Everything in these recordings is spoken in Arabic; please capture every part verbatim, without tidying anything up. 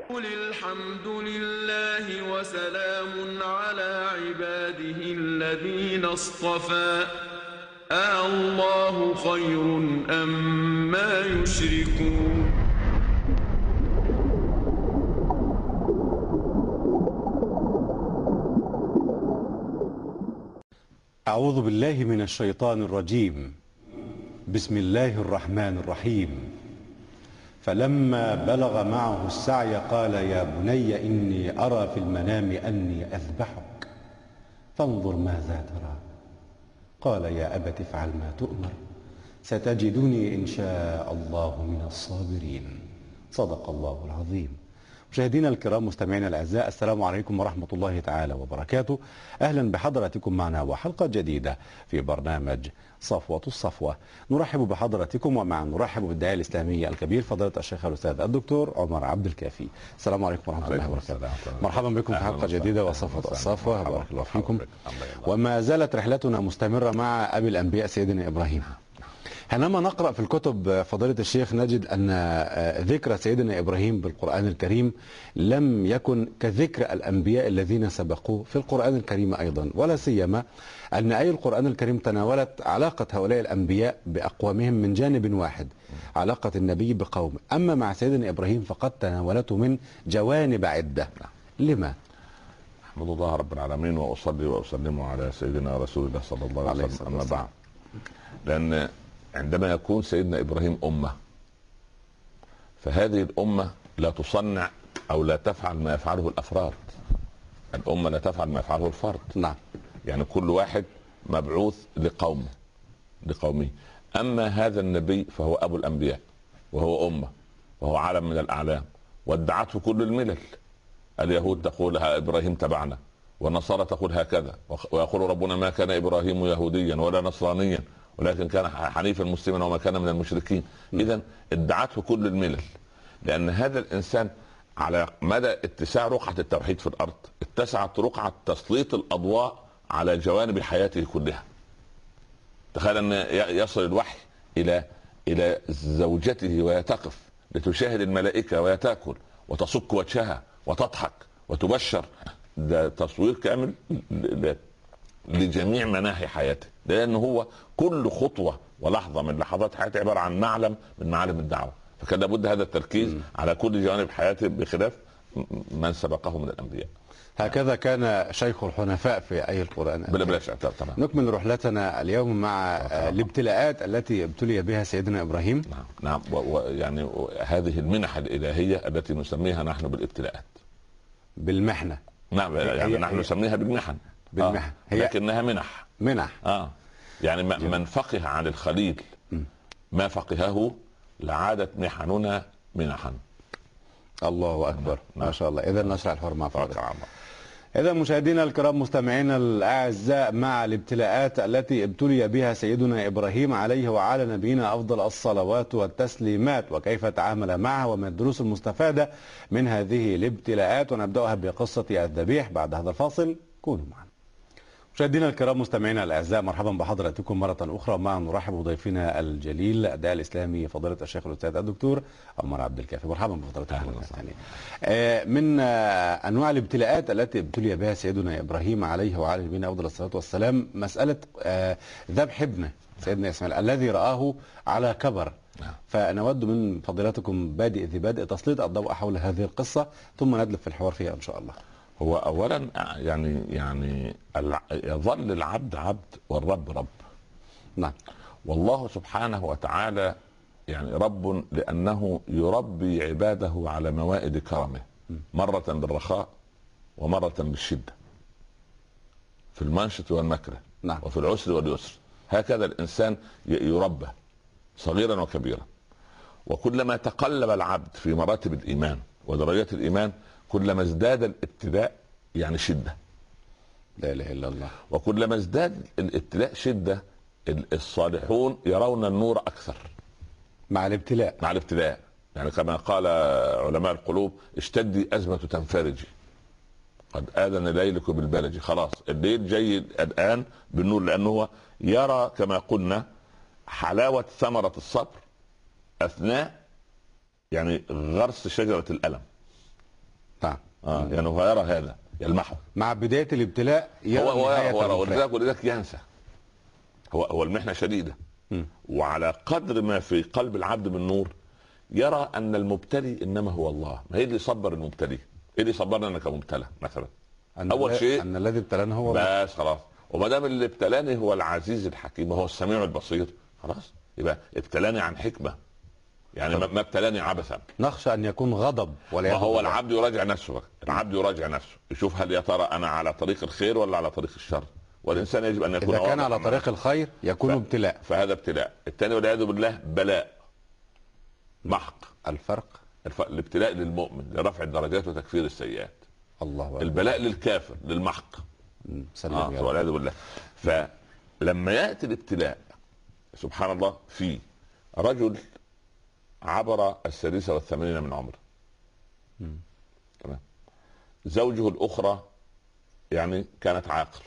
قل الحمد لله وسلام على عباده الذين اصطفى أَاللَّهُ خير أم ما يشركون. أعوذ بالله من الشيطان الرجيم. بسم الله الرحمن الرحيم. فلما بلغ معه السعي قال يا بني إني أرى في المنام أني أذبحك فانظر ماذا ترى. قال يا أبت افعل ما تؤمر ستجدني إن شاء الله من الصابرين. صدق الله العظيم. مشاهدينا الكرام مستمعينا الأعزاء، السلام عليكم ورحمة الله تعالى وبركاته. أهلا بحضراتكم معنا وحلقة جديدة في برنامج صفوة الصفوة. نرحب بحضراتكم ومع نرحب بالداعية الإسلامي الكبير فضيلة الشيخ الأستاذ الدكتور عمر عبد الكافي. السلام عليكم ورحمة الله وبركاته. مرحبا بكم في حلقة جديدة وصفوة الصفوة. بارك الله فيكم. وما زالت رحلتنا مستمرة مع أبي الأنبياء سيدنا إبراهيم. حينما نقرأ في الكتب فضيلة الشيخ نجد أن ذكر سيدنا إبراهيم بالقرآن الكريم لم يكن كذكر الأنبياء الذين سبقوه في القرآن الكريم أيضا، ولا سيما أن آية القرآن الكريم تناولت علاقة هؤلاء الأنبياء بأقوامهم من جانب واحد، علاقة النبي بقومه. أما مع سيدنا إبراهيم فقد تناولته من جوانب عدة. لما؟ أحمد الله رب العالمين وأصلي وأسلم على سيدنا رسول الله صلى الله عليه وسلم. أما بعد، لأن عندما يكون سيدنا إبراهيم أمة، فهذه الأمة لا تصنع أو لا تفعل ما يفعله الأفراد. الأمة لا تفعل ما يفعله الفرد. نعم. يعني كل واحد مبعوث لقومه لقومه أما هذا النبي فهو أبو الأنبياء، وهو أمة، وهو عالم من الأعلام، وادعته كل الملل. اليهود تقول إبراهيم تبعنا، والنصارى تقول هكذا، ويقول ربنا ما كان إبراهيم يهوديا ولا نصرانيا ولكن كان حنيفا مسلما وما كان من المشركين. اذا ادعته كل الملل، لان هذا الانسان على مدى اتساع رقعة التوحيد في الارض اتسعت رقعة تسليط الاضواء على جوانب حياته كلها. تخيل ان يصل الوحي الى الى زوجته وهي تقف لتشاهد الملائكة وهي تاكل وتصك وجهها وتضحك وتبشر. ده تصوير كامل لجميع مناحي حياته، لأنه هو كل خطوة ولحظة من لحظات حياته عبارة عن معلم من معالم الدعوة. فكان لابد هذا التركيز م. على كل جوانب حياته بخلاف من سبقه من الأنبياء. هكذا كان شيخ الحنفاء في أي القرآن. بلا بلا شك. طبعا. نكمل رحلتنا اليوم مع الابتلاءات التي ابتلي بها سيدنا إبراهيم. نعم نعم. ويعني هذه المنح الإلهية التي نسميها نحن بالابتلاءات، بالمحنة. نعم، يعني نحن نسميها بالمحن بالمحن آه. لكنها منح منح اه يعني من فقه عن الخليل ما فقهه لعادت محننا منحا. الله اكبر. نعم. ما شاء الله. اذا نشرح الحوار مع فضل. إذا مشاهدينا الكرام مستمعينا الأعزاء، مع الابتلاءات التي ابتلي بها سيدنا إبراهيم عليه وعلى نبينا أفضل الصلوات والتسليمات، وكيف تعامل معها وما الدروس المستفادة من هذه الابتلاءات، ونبدأها بقصة الذبيح بعد هذا الفاصل. كونوا معنا. مشاهدينا الكرام مستمعينا الاعزاء، مرحبا بحضراتكم مره اخرى. معنا نرحب بضيفنا الجليل الداعي الاسلامي فضيله الشيخ الاستاذ الدكتور عمر عبد الكافي. مرحبا بفضيلتكم. من انواع الابتلاءات التي ابتلي بها سيدنا ابراهيم عليه وعلى نبينا افضل الصلاه والسلام مساله ذبح ابنه سيدنا اسماعيل الذي رآه على كبر. فنود من فضيلتكم بادئ ذي بادئ تسليط الضوء حول هذه القصه، ثم ندلف في الحوار فيها ان شاء الله. هو اولا يعني يعني يظل العبد عبد والرب رب. نعم. والله سبحانه وتعالى يعني رب لانه يربي عباده على موائد كرمه، مرة بالرخاء ومرة بالشدة، في المنشط والمكره. نعم. وفي العسر واليسر. هكذا الانسان يربى صغيرا وكبيرا. وكلما تقلب العبد في مراتب الايمان ودرجات الايمان كلما ازداد الابتلاء يعني شدة. لا اله الا الله. وكلما ازداد الابتلاء شدة الصالحون يرون النور اكثر مع الابتلاء. مع الابتلاء يعني كما قال علماء القلوب اشتدي ازمة تنفرجي قد آذن ليلك بالبلج. خلاص الليل جاي الان بالنور، لانه هو يرى كما قلنا حلاوة ثمرة الصبر اثناء يعني غرس شجرة الالم. اه يعني هو يرى هذا يلمحه مع بدايه الابتلاء هو هو هو ولذلك ولذلك ينسى. هو هو المحنه شديده م. وعلى قدر ما في قلب العبد من نور يرى ان المبتلي انما هو الله. ما هي اللي صبر المبتلي؟ ايه اللي صبرنا انك مبتلى مثلا؟ اول شيء ان الذي ابتلانا هو بس خلاص. وما دام اللي ابتلاني هو العزيز الحكيم وهو السميع البصير خلاص يبقى ابتلاني عن حكمه يعني طب. ما ابتلاني عبثا. نخشى ان يكون غضب ولا هو العبد يراجع نفسه. العبد يراجع نفسه يشوف هل يا ترى انا على طريق الخير ولا على طريق الشر. والانسان يجب ان يكون اذا كان على طريق الخير يكون ف... ابتلاء. فهذا ابتلاء. الثاني والعياذ بالله بلاء محق. الفرق الف... الابتلاء للمؤمن لرفع الدرجات وتكفير السيئات. الله البلاء الله. للكافر للمحق. سلام آه والعياذ بالله. فلما ياتي الابتلاء سبحان الله في رجل عبر السادسة والثمانين من عمره تمام. زوجه الأخرى يعني كانت عاقر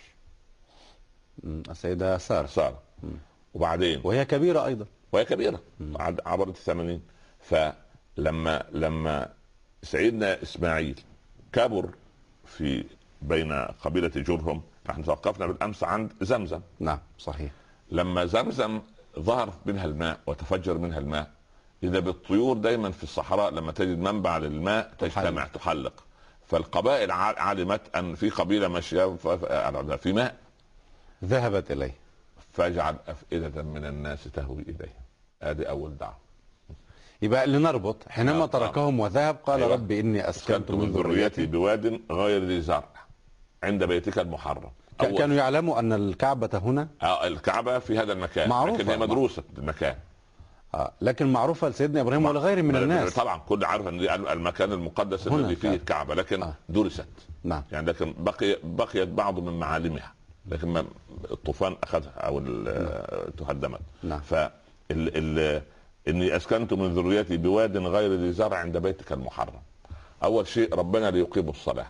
السيدة سارة سارة وبعدين وهي كبيرة أيضا وهي كبيرة مم. عبرت الثمانين. فلما لما سيدنا إسماعيل كبر في بين قبيلة جرهم. نحن توقفنا بالأمس عند زمزم. نعم صحيح. لما زمزم ظهر منها الماء وتفجر منها الماء إذا بالطيور دايما في الصحراء لما تجد منبع للماء تجتمع تحلق. فالقبائل علمت أن في قبيلة ماشية في ماء ذهبت إليه فاجعل أفئدة من الناس تهوي إليه. هذه أول دعوة. يبقى لنربط حينما تركهم وذهب قال أيوة. رب إني أسكنت من ذريتي بواد غير ذي زرع عند بيتك المحرم. كانوا يعلموا أن الكعبة هنا آه الكعبة في هذا المكان معروفة. لكن هي مدروسة المكان آه. لكن معروفة لسيدنا إبراهيم ولغيره من الناس. طبعا كل عارف أن المكان المقدس الذي فيه الكعبة لكن آه. درست. نعم. يعني لكن بقي بقيت بعض من معالمها لكن ما الطوفان أخذها أو تهدمت. نعم. فال ال إني أسكنت من ذريتي بواد غير ذي زرع عند بيتك المحرم. أول شيء ربنا ليقيموا الصلاة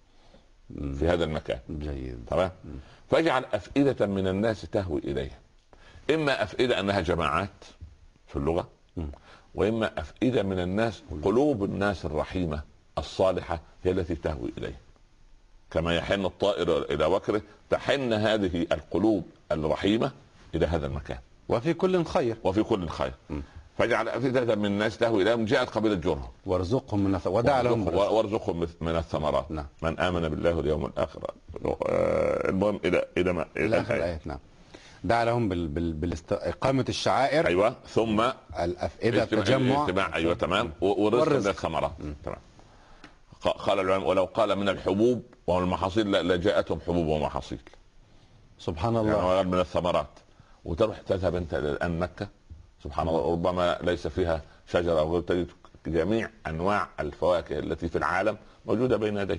في هذا المكان. جيد. تمام. فاجعل أفئدة من الناس تهوي إليه. إما أفئدة أنها جماعات في اللغة وإما أفئدة من الناس قلوب الناس الرحيمة الصالحة هي التي تهوي إليه. كما يحن الطائر إلى وكره تحن هذه القلوب الرحيمة إلى هذا المكان. وفي كل خير. وفي كل خير. م. فاجعل أفئدة من الناس تهوي إليهم. جاءت قبيلة جرهم وارزقهم من الث... ودع لهم وارزقهم من الثمرات. نعم. من آمن بالله واليوم الآخر. المهم إلى إلى ما إلى الآيات. نعم. دع لهم بال... بال... بالإقامة الشعائر. أيوة. ثم الأفئدة التجمع. اجتماع. أيوة تمام. ورزق من الثمرات. تمام. قال العلماء ولو قال من الحبوب والمحاصيل لجاءتهم حبوب ومحاصيل. سبحان الله. يعني من الثمرات. وتروح تذهب انت الان مكه سبحان الله ربما ليس فيها شجره او غير تجد جميع انواع الفواكه التي في العالم موجوده بين يديك.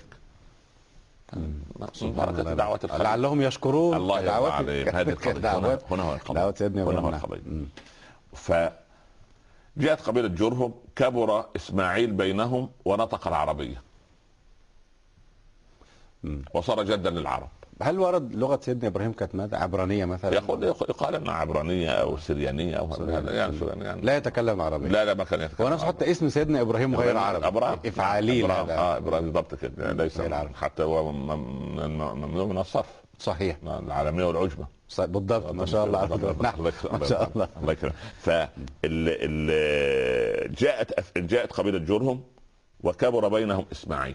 بركه دعوه الخير لعلهم يشكرون. الله يرضى عليهم. هذه القضيه هنا هو القضيه. هنا هو القضيه. فجاءت قبيله جرهم كبر اسماعيل بينهم ونطق العربيه وصار جدا للعرب. هل ورد لغه سيدنا ابراهيم كانت ماذا؟ عبرانيه مثلا؟ يقول يقال انها عبرانيه او سريانيه او هذا يعني, يعني لا يتكلم عربي. لا لا ما كان يتكلم. هو نفسه حتى اسم سيدنا ابراهيم غير عربي. ابراهيم افعالي هذا. اه ابراهيم بالضبط كده ليس حتى هو ممنوع من الصرف. صحيح. العالميه والعجمه. بالضبط. ما شاء الله. ما شاء الله. الله يكرمك. ف جاءت جاءت قبيله جرهم وكبر بينهم اسماعيل.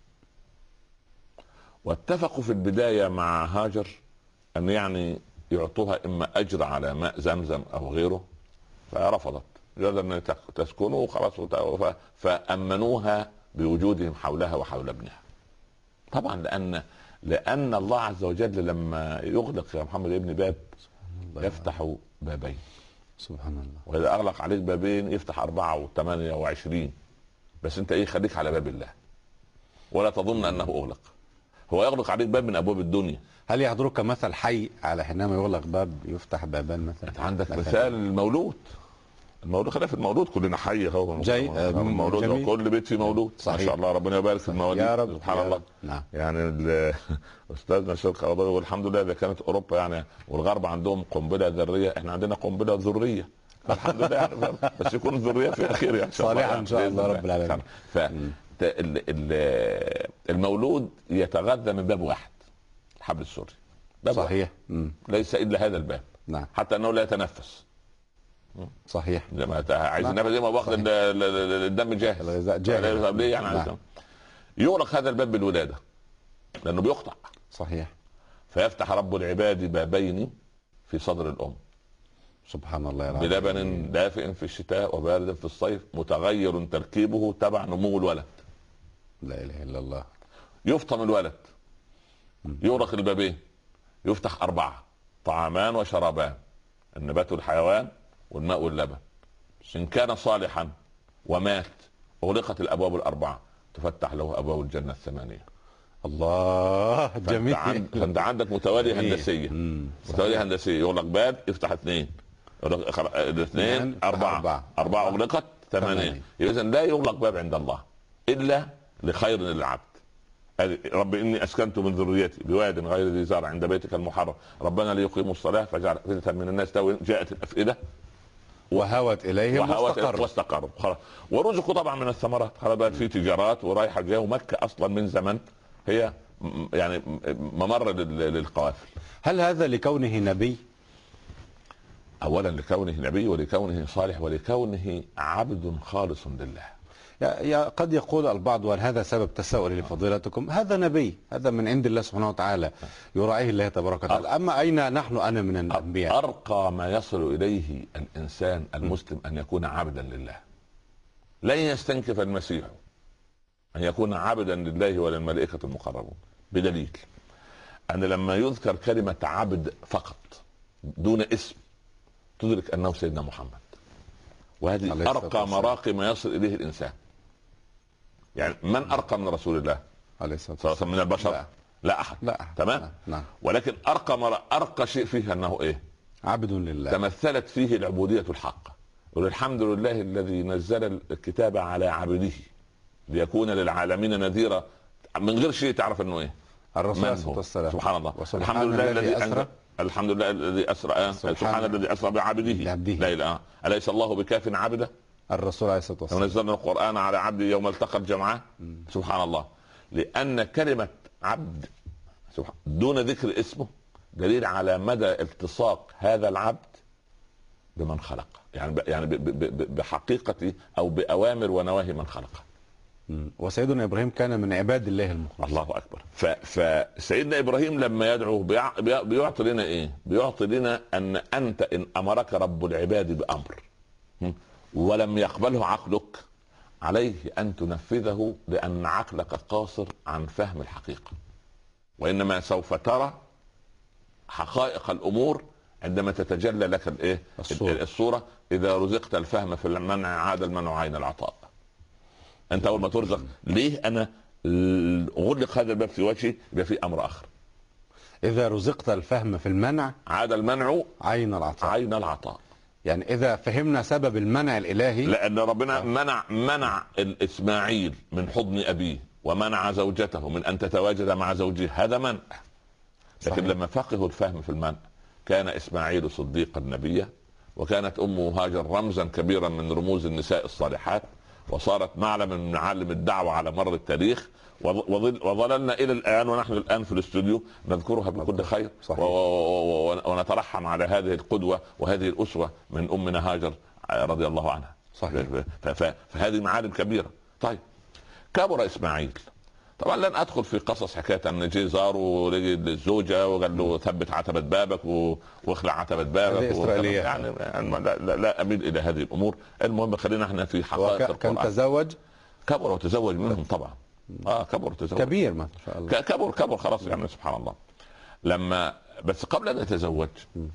واتفقوا في البداية مع هاجر أن يعني يعطوها إما أجر على ماء زمزم أو غيره فرفضت. جاءت أن تسكنوا وخلاص فأمنوها بوجودهم حولها وحول ابنها. طبعا لأن لأن الله عز وجل لما يغلق يا محمد ابن باب يفتح بابين. سبحان الله. وإذا أغلق عليك بابين يفتح أربعة وثمانية وعشرين. بس أنت إيه خليك على باب الله ولا تظن أنه أغلق. هو يغلق عليك باب من ابواب الدنيا. هل يحضرك مثل حي على حينما يغلق باب يفتح بابان مثلا؟ انت عندك مثال المولود. المولود خلينا في المولود كلنا حي اهو جاي المولود كل بيت فيه مولود. صحيح. ما شاء الله ربنا يبارك في المواليد يا رب سبحان يا الله. رب. نعم. يعني استاذنا الشيخ قرضاوي والحمد لله اذا كانت اوروبا يعني والغرب عندهم قنبله ذريه احنا عندنا قنبله ذريه الحمد لله يعني بس يكون الذريه في اخير يعني صالحا ان شاء الله رب العالمين. المولود يتغذى من باب واحد، الحبل السري. صحيح. ليس الا هذا الباب. نعم. حتى انه لا يتنفس. صحيح. لما عايز النفس زي ما واخد الدم جاهز. الغذاء جاهز. ليه يعني؟ نعم. يغلق هذا الباب بالولاده لانه بيقطع. صحيح. فيفتح رب العباد بابين في صدر الام. سبحان الله العظيم. بلبن دافئ في الشتاء وبارد في الصيف متغير تركيبه تبع نمو الولد. لا اله الا الله. يفطم الولد، يغلق البابين، يفتح اربعه: طعامان وشرابان، النبات والحيوان والماء واللبن. ان كان صالحا ومات اغلقت الابواب الاربعه، تفتح له ابواب الجنه الثمانيه. الله جميل. فانت, فانت عندك متواليه هندسيه. متواليه هندسيه، يغلق باب يفتح اثنين، الاثنين أربعة. أربعة أربعة أغلقت ثمانية. إذا لا يغلق باب عند الله إلا لخير للعبد. رب إني أسكنت من ذريتي بواد غير ذي زرع عند بيتك المحرم ربنا ليقيموا الصلاة فجعل أفئدة من الناس تهوي. جاءت الأفئدة وهوت إليهم واستقروا واستقروا خلاص. ورزقوا طبعا من الثمرات. خلاص بقت في تجارات ورايحة جاية، ومكة أصلا من زمن هي يعني ممر للقوافل. هل هذا لكونه نبي؟ اولا لكونه نبي، ولكونه صالح، ولكونه عبد خالص لله. يا قد يقول البعض، وهذا سبب تساؤلي لفضيلتكم، هذا نبي، هذا من عند الله سبحانه وتعالى يراعيه الله تبارك وتعالى، اما اين نحن انا من الانبياء؟ ارقى ما يصل اليه الانسان المسلم ان يكون عبدا لله. لن يستنكف المسيح ان يكون عبدا لله وللملائكه المقربون، بدليل ان لما يذكر كلمه عبد فقط دون اسم تدرك انه سيدنا محمد. وهذه ارقى مراقي ما يصل اليه الانسان. يعني من ارقى من رسول الله عليه الصلاه والسلام من البشر؟ لا, لا احد. لا أحد. تمام. نعم. ولكن ارقى مر... ارقى شيء فيه انه ايه؟ عبد لله. تمثلت فيه العبوديه الحق. والحمد لله الذي نزل الكتاب على عبده ليكون للعالمين نذيرا. من غير شيء تعرف انه ايه؟ الرسول عليه الصلاه والسلام. سبحان الله. الحمد لله الذي اسرى الحمد لله الذي اسرى سبحان الذي اسرى بعبده لا اله. اليس الله بكاف عبده؟ الرسول عليه الصلاه والسلام. ونزلنا القران على عبده يوم التقى الجمعان. سبحان الله. لان كلمه عبد دون ذكر اسمه دليل على مدى التصاق هذا العبد بمن خلق، يعني يعني بحقيقه او باوامر ونواهي من خلقه. وسيدنا ابراهيم كان من عباد الله المخلصين. الله اكبر. فسيدنا ابراهيم لما يدعو بيعطي لنا ايه؟ بيعطي لنا ان انت ان امرك رب العباد بامر ولم يقبله عقلك عليه ان تنفذه، لان عقلك قاصر عن فهم الحقيقه. وانما سوف ترى حقائق الامور عندما تتجلى لك الايه؟ الصورة. الصوره. اذا رزقت الفهم في المنع عاد المنع عين العطاء. انت اول ما ترزق ليه انا اغلق هذا الباب في وجهي؟ يبقى في امر اخر. اذا رزقت الفهم في المنع عاد المنع عين العطاء. عين العطاء. يعني اذا فهمنا سبب المنع الالهي، لان ربنا منع منع اسماعيل من حضن ابيه ومنع زوجته من ان تتواجد مع زوجها، هذا منع. لكن صحيح. لما فقهوا الفهم في المنع كان اسماعيل صديقا نبيا، وكانت امه هاجر رمزا كبيرا من رموز النساء الصالحات، وصارت معلم من معالم الدعوه على مر التاريخ، وظللنا الى الان ونحن الان في الاستوديو نذكرها بكل خير. صحيح. ونترحم على هذه القدوه وهذه الاسوه من امنا هاجر رضي الله عنها. صحيح. فهذه معالم كبيره. طيب كبر اسماعيل. طبعا لن ادخل في قصص حكايه ان جه زاره للزوجه وقال له ثبت عتبه بابك واخلع عتبه بابك. إسرائيلية. يعني لا, لا, لا اميل الى هذه الامور. المهم خلينا احنا في حقائق القرآن. كان تزوج؟ كبر وتزوج منهم طبعا. اه كبر وتزوج. كبير ما شاء الله. كبر كبر خلاص يعني سبحان الله. لما بس قبل ان يتزوج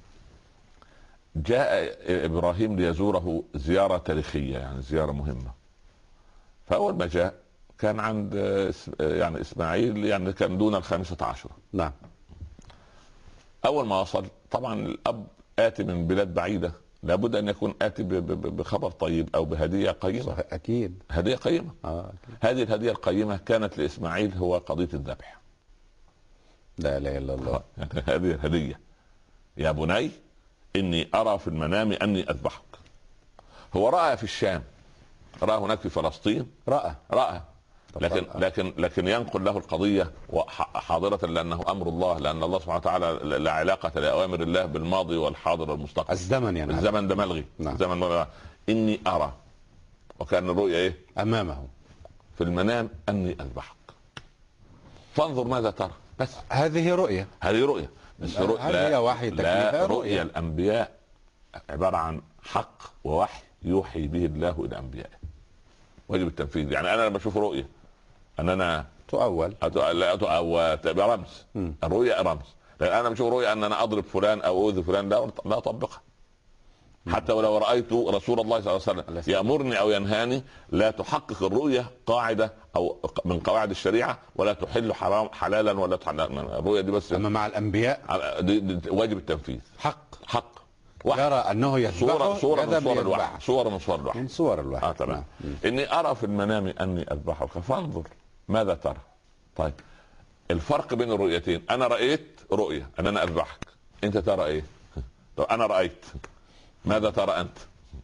جاء ابراهيم ليزوره زياره تاريخيه، يعني زياره مهمه. فاول ما جاء كان عند يعني اسماعيل يعني كان دون الخامسة عشرة. نعم. اول ما وصل طبعا الاب اتي من بلاد بعيده، لابد ان يكون اتي بخبر طيب او بهديه قيمه. صحيح. اكيد هديه قيمه. آه أكيد. هذه الهديه القيمه كانت لاسماعيل هو قضيه الذبح. لا اله الا الله. هذه الهديه. يا بني اني ارى في المنام اني اذبحك. هو راى في الشام، راى هناك في فلسطين، راى راى لكن لكن لكن ينقل له القضيه حاضره لانه امر الله، لان الله سبحانه وتعالى لا علاقه لاوامر الله بالماضي والحاضر والمستقبل. الزمن يعني الزمن ده ملغي. نعم. الزمن ملغي. اني ارى، وكان الرؤيا ايه؟ امامه في المنام اني اذبحك فانظر ماذا ترى. بس هذه رؤيه، هذه رؤيه بس رؤية. هل هي وحي لا، رؤيا, رؤيا الانبياء عباره عن حق ووحي يوحي به الله الى انبيائه، واجب التنفيذ. يعني انا لما اشوف رؤيه ان انا تؤول لا تؤول برمز، الرؤيا رمز. لان انا بشوف رؤيا ان انا اضرب فلان او اؤذي فلان، لا لا اطبقها. حتى ولو رايت رسول الله صلى الله عليه وسلم يامرني او ينهاني، لا تحقق الرؤيه قاعده او من قواعد الشريعه، ولا تحل حرام حلالا ولا تحل. الرؤيه دي بس اما مع الانبياء دي دي واجب التنفيذ. حق حق يرى انه يذبحه. صوره صوره من صور الوحي، صوره من صور الوحي، من صور الوحي. اه تمام. اني ارى في المنام اني اذبحك فانظر ماذا ترى. طيب الفرق بين الرؤيتين، انا رايت رؤيه ان انا اذبحك، انت ترى ايه؟ طب انا رايت، ماذا ترى انت؟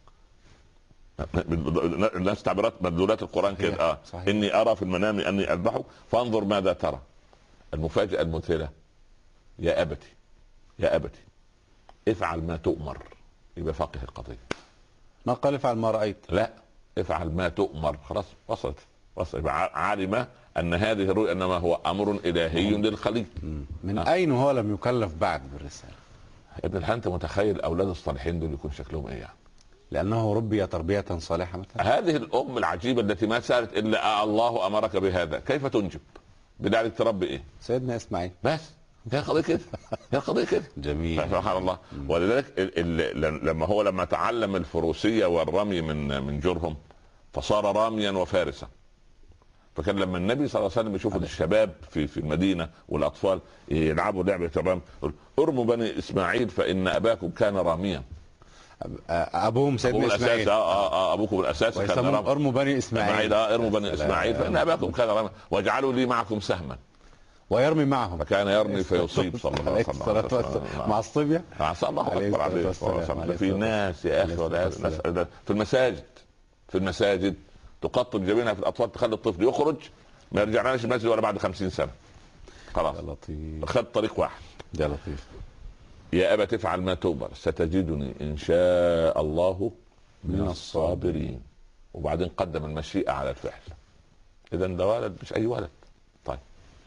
الناس تعبيرات مدلولات القران كده. اه صحيح. اني ارى في المنام اني اذبحك فانظر ماذا ترى. المفاجاه المذهله، يا ابتي يا ابتي افعل ما تؤمر. يبقى فقه القضيه. ما قال افعل ما رايت، لا، افعل ما تؤمر. خلاص وصلت وصلت علم ان هذه الرؤيا انما هو امر الهي للخليق. من آه. اين هو لم يكلف بعد بالرساله؟ ابن الحلال، انت متخيل اولاد الصالحين دول يكون شكلهم ايه يعني؟ لانه ربي تربيه صالحه مثلا. هذه الام العجيبه التي ما سالت الا الله امرك بهذا، كيف تنجب؟ بدالك تربي ايه؟ سيدنا اسماعيل. بس هي القضيه كده، هي القضيه كده. جميل. سبحان الله. ولذلك لما هو لما تعلم الفروسيه والرمي من من جرهم فصار راميا وفارسا. فكان لما النبي صلى الله عليه وسلم يشوف الشباب في في المدينه والاطفال يلعبوا لعبه الرمي، ارموا بني اسماعيل فان اباكم كان راميا. ابوهم سيدنا أبوهم اسماعيل. الاساس اه اه ابوكم الاساس كان رامي. ارموا بني اسماعيل. اه ارموا بني اسماعيل فان اباكم كان راميا واجعلوا لي معكم سهما. ويرمي معهم. فكان يرمي فيصيب صلى الله عليه وسلم مع الصبيه. مع الله اكبر عليه. في ناس يا اخي في المساجد في المساجد تقطب جبينها في الاطفال، تخلي الطفل يخرج ما يرجعناش المسجد ولا بعد خمسين سنه. خلاص يا لطيف. خد طريق واحد. يا لطيف. يا ابا تفعل ما تؤمر ستجدني ان شاء الله من الصابرين. وبعدين قدم المشيئه على الفعل. اذا ده ولد مش اي ولد. طيب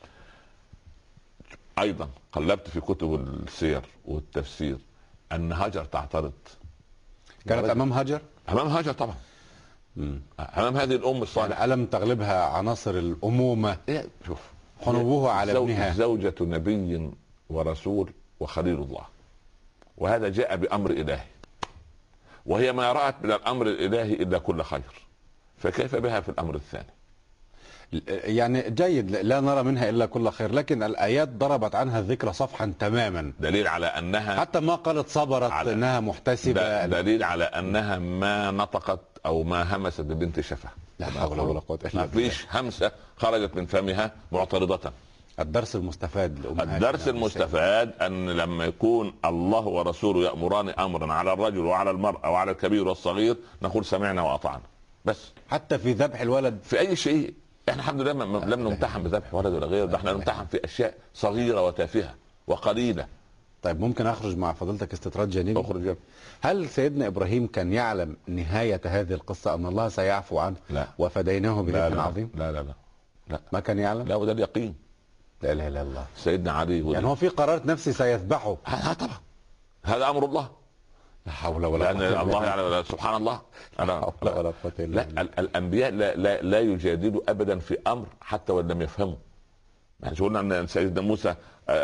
ايضا قلبت في كتب السير والتفسير ان هاجر تعترض. كانت امام هاجر؟ امام هاجر طبعا. مم. امام هذه الام الصالحه. الم تغلبها عناصر الامومه؟ إيه شوف حنوبها على زو... ابنها. زوجة نبي ورسول وخليل الله، وهذا جاء بامر الهي، وهي ما رأت من الامر الالهي الا كل خير، فكيف بها في الامر الثاني؟ يعني جيد، لا نرى منها الا كل خير، لكن الايات ضربت عنها الذكر صفحا تماما، دليل على انها حتى ما قالت صبرت على انها محتسبه، دليل على انها ما نطقت او ما همست ببنت شفه. لا حول ولا قوه الا بالله. ما فيش همسه خرجت من فمها معترضه. الدرس المستفاد لأمهات الدرس المستفاد ان لما يكون الله ورسوله يامران امرا على الرجل وعلى المراه وعلى الكبير والصغير نقول سمعنا واطعنا. بس حتى في ذبح الولد، في اي شيء احنا الحمد لله لم نمتحن بذبح ولد ولا غيره، ده احنا نمتحن في اشياء صغيره وتافهه وقليله. طيب ممكن اخرج مع فضيلتك استطراد جانبي؟ اخرج جانبي. هل سيدنا ابراهيم كان يعلم نهايه هذه القصه ان الله سيعفو عنه؟ لا. وفديناه بذبح عظيم؟ لا لا لا لا ما كان يعلم؟ لا، وده اليقين. لا اله الا الله. سيدنا علي يعني هو في قرارات نفسي سيذبحه؟ ها طبعا، هذا امر الله. لا حول ولا قوه الا الله. يعني سبحان الله. لا حول ولا قوه الا بالله. لا الانبياء لا, لا لا يجادلوا ابدا في امر حتى وان لم يفهموا. يعني قلنا ان سيدنا موسى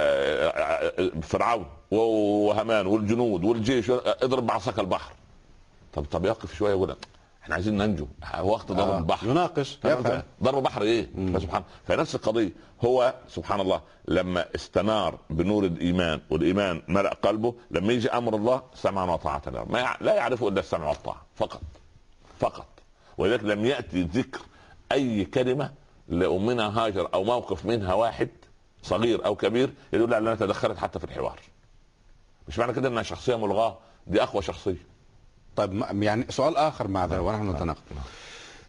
فرعون وهامان والجنود والجيش اضرب بعصاك البحر. طب طب يقف شويه يقول احنا عايزين ننجو، وقت ضرب آه. البحر يناقش ضرب بحر ايه؟ فسبحان فنفس القضيه. هو سبحان الله لما استنار بنور الايمان والايمان ملأ قلبه، لما يجي امر الله سمعا وطاعه له، ما لا يعرفه الا السمع والطاعه فقط فقط. ولذلك لم ياتي ذكر اي كلمه لامنا هاجر او موقف منها واحد صغير او كبير يدل على انها تدخلت حتى في الحوار. مش معنى كده انها شخصيه ملغاه، دي اقوى شخصيه. طيب يعني سؤال اخر مع ذلك ونحن نتناقش،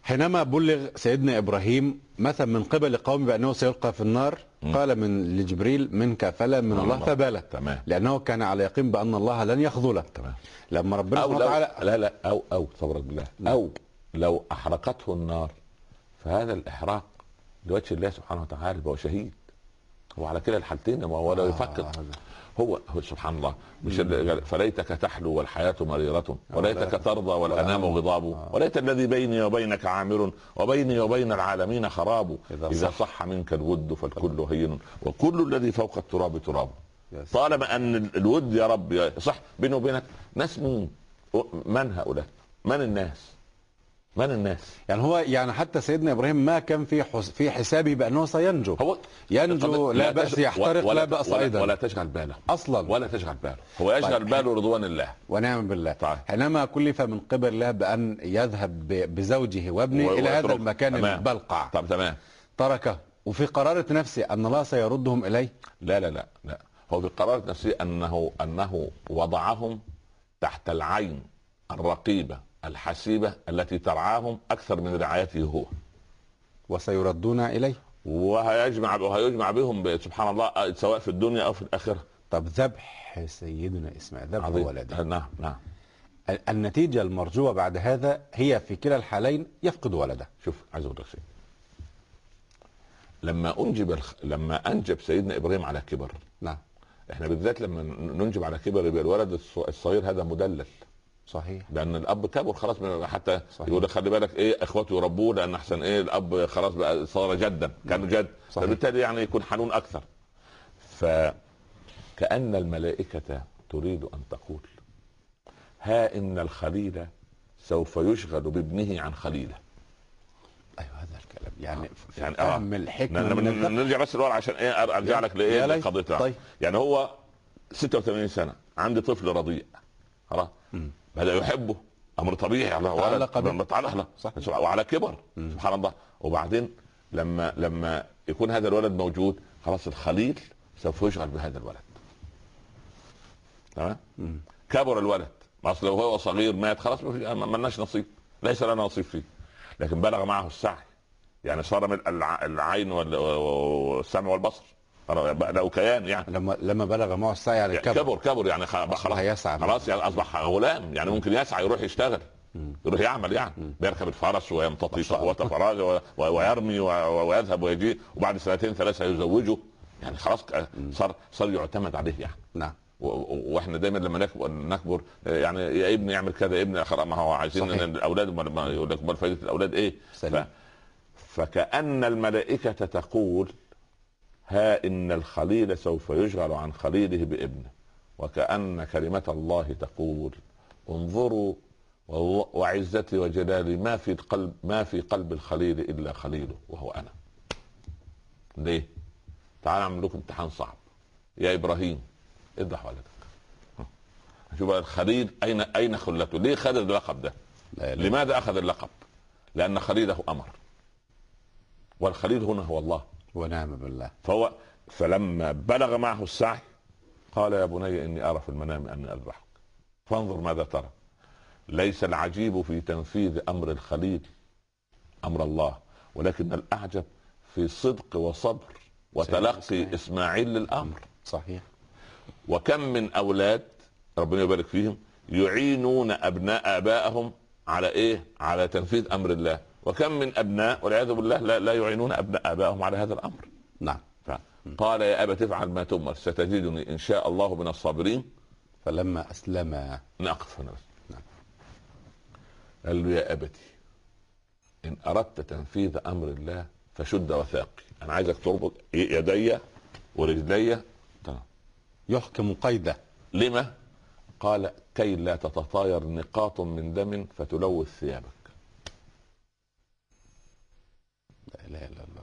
حينما بلغ سيدنا إبراهيم مثلا من قبل قومه بأنه سيلقى في النار، م. قال من لجبريل منك فلا من الله فبلى، تمام. لأنه كان على يقين بأن الله لن يخذله. تمام. لما ربنا أو سبحانه لو وتعالى لا لا أو أو صبرك بالله، أو لو أحرقته النار فهذا الإحراق لوجه الله سبحانه وتعالى هو شهيد. هو على كلا الحالتين، هو لا يفكر. آه. هو هو سبحان الله، مش فليتك تحلو والحياة مريرة وليتك ترضى والأنام غضاب وليت الذي بيني وبينك عامر وبيني وبين العالمين خراب إذا صح منك الود فالكل هين وكل الذي فوق التراب تراب. طالما أن الود يا رب صح بيني وبينك ناس مين؟ من هؤلاء؟ من الناس؟ من الناس؟ يعني هو يعني حتى سيدنا ابراهيم ما كان في حس في حسابه بانه سينجو. هو ينجو لا, لا بأس يحترق ولا لا بأس ولا ايضا. ولا تشغل باله اصلا ولا تشغل باله، هو يشغل طيب. باله رضوان الله. ونعم بالله. طيب. حينما كلف من قبل الله بان يذهب بزوجه وابنه الى هذا المكان تمام. البلقع. طب تمام. تركه وفي قرارة نفسه ان الله سيردهم اليه. لا لا لا لا هو في قرارة نفسه انه انه وضعهم تحت العين الرقيبة الحسيبة التي ترعاهم أكثر من رعايته هو، وسيردون إليه وهيجمع وهيجمع بهم سبحان الله سواء في الدنيا أو في الآخرة. طب ذبح سيدنا إسماعيل، ذبح ولده، نعم نعم، النتيجة المرجوة بعد هذا هي في كلا الحالين يفقد ولده. شوف عايز أقول لك شيء، لما أنجب الخ... لما أنجب سيدنا إبراهيم على كبر، نعم، إحنا بالذات لما ننجب على كبر يبقى الولد الصغير هذا مدلل. صحيح. لان الاب كبر خلاص حتى صحيح. يقول لك خلي بالك ايه اخواته يربوه لان احسن ايه الاب خلاص بقى صار جدا كانوا جد، فبالتالي يعني يكون حنون اكثر. فكأن الملائكة تريد ان تقول ها ان الخليل سوف يشغل بابنه عن خليله. ايوه هذا الكلام يعني يعني فهم آه. الحكمه. نرجع بس لورا عشان ايه ارجع لك لايه لقضيتها. طيب. يعني هو ستة وثمانين سنة عندي طفل رضيع خلاص بدأ يحبه امر طبيعي على ولد وعلى كبر مم. سبحان الله. وبعدين لما لما يكون هذا الولد موجود خلاص الخليل سوف يشغل بهذا الولد. تمام. كبر الولد، ما اصل لو هو صغير مات خلاص ما لناش نصيب، ليس لنا نصيب فيه. لكن بلغ معه السعي، يعني صار من العين والسمع والبصر لو كيان يعني لما لما بلغ معه السعي يعني كبر كبر كبر يعني خلاص هيسعى خلاص يعني اصبح غلام، يعني ممكن يسعى يروح يشتغل مم. يروح يعمل يعني مم. بيركب الفرس ويمتطي صهوة فراغ ويرمي ويذهب ويجي، وبعد سنتين ثلاثة يزوجه، يعني خلاص صار صار يعتمد عليه يعني. نعم. واحنا دايما لما نكبر نكبر يعني يا ابني يعمل كذا يا ابني، ما هو عايزين ان الاولاد يقول لك فائدة الاولاد ايه. ف... فكأن الملائكة تقول ها إن الخليل سوف يشغل عن خليله بابنه، وكأن كلمة الله تقول انظروا وعزتي وجلالي ما في القلب ما في قلب الخليل إلا خليله وهو أنا. ليه؟ تعال أعمل لكم امتحان صعب يا إبراهيم، اذبح ولدك. شوف الخليل أين أين خلته؟ ليه خد اللقب ده؟ لا لا. لماذا أخذ اللقب؟ لأن خليله أمر، والخليل هنا هو الله. ونعم بالله. فهو فلما بلغ معه السعي قال يا بني اني ارى في المنام اني اذبحك فانظر ماذا ترى. ليس العجيب في تنفيذ امر الخليل امر الله، ولكن الاعجب في صدق وصبر وتلقي إسماعيل. اسماعيل للامر. صحيح. وكم من اولاد ربنا يبارك فيهم يعينون ابناء ابائهم على ايه؟ على تنفيذ امر الله، وكم من ابناء والعياذ بالله لا, لا يعينون ابناء ابائهم على هذا الامر. نعم. قال يا ابت افعل ما تؤمر ستجدني ان شاء الله من الصابرين. فلما اسلم نقف هنا. نعم. قال له يا ابتي ان اردت تنفيذ امر الله فشد وثاقي، انا عايزك تربط يدي ورجلي. يحكم قيده. لما؟ قال كي لا تتطاير نقاط من دم فتلوث ثيابك. لا اله الا الله.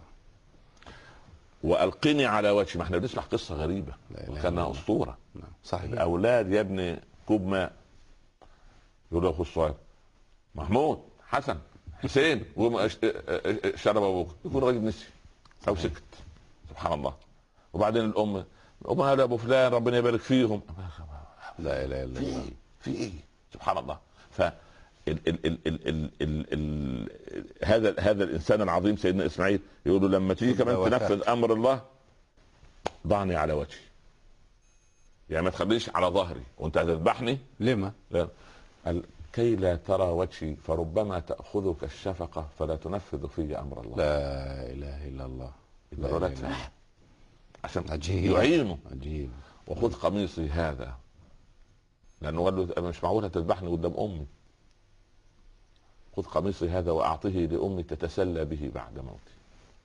والقني على وجهي. ما احنا بنسمع قصه غريبه وكانها اسطوره. نعم. صحيح. الاولاد يا ابني كوب ماء يقول له اخو الصغير محمود حسن حسين شرب ابوك، يكون راجل نسي او سكت. سبحان الله. وبعدين الام ام هذا ابو فلان ربنا يبارك فيهم. لا اله الا الله. في ايه؟ سبحان الله. ال ال ال ال ال ال ال هذا هذا الانسان العظيم سيدنا اسماعيل يقول له لما تيجي كمان تنفذ امر الله ضعني على وجهي، يعني ما تخليش على ظهري وانت هتذبحني. لما؟ لا. قال كي لا ترى وجهي فربما تاخذك الشفقه فلا تنفذ في امر الله. لا اله الا الله. لا لا لا. عشان عجيب. يعينه. عجيب. وخذ قميصي هذا، لانه قال له مش معقول هتذبحني قدام امي، خذ قميصي هذا واعطيه لامي تتسلى به بعد موتي.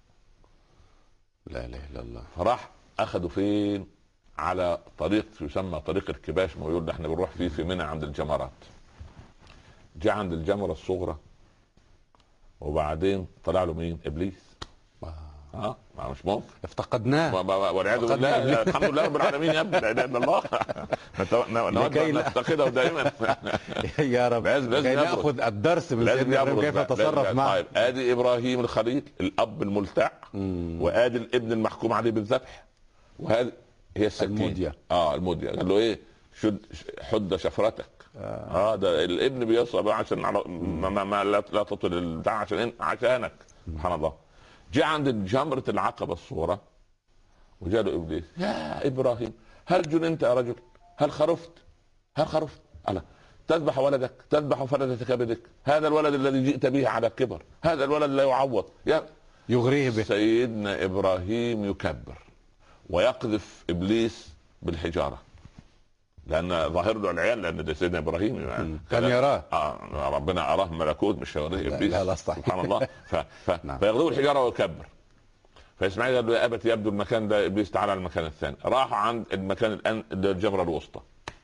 لا اله الا الله. فراح اخذوا فين؟ على طريق يسمى طريق الكباش، ما يقول احنا بنروح فيه في منى عند الجمرات. جاء عند الجمره الصغرى وبعدين طلع له مين؟ ابليس. اه ما مش ممكن افتقدناه والعياذ بالله. الحمد لله رب العالمين يا ابني، لا اله الا الله. نود نفتقده دائما يا رب. كي ناخذ الدرس من سيدنا ابراهيم كيف يتصرف معه. طيب ادي ابراهيم الخليل الاب الملتع، وادي الابن المحكوم عليه بالذبح، وهذه هي السكين المدية. اه المدية. قال له ايه؟ شد حد شفرتك. اه, آه ده الابن بيصعب عشان ما, ما, ما لا, لا تطل البتاع عشان عشانك. سبحان الله. جاء عند جمرة العقبة الصورة وجاء له ابليس، يا ابراهيم هل جننت يا رجل؟ هل خرفت؟ هل خرفت؟ ألا تذبح ولدك، تذبح فلذة كبدك، هذا الولد الذي جئت به على كبر، هذا الولد لا يعوض، يا يغريه به. سيدنا ابراهيم يكبر ويقذف ابليس بالحجارة، لان ظاهر له العيال، لان ده سيدنا ابراهيم يعني كان يراه. آه ربنا اراه ملكوت مش يوريه ابليس. لا لا سبحان الله. ف... ف... نعم. فيغضب الحجاره ويكبر. فاسماعيل قال له يا ابت يبدو المكان ده ابليس، تعالى على المكان الثاني. راحوا عند المكان الان الجبره الوسطى.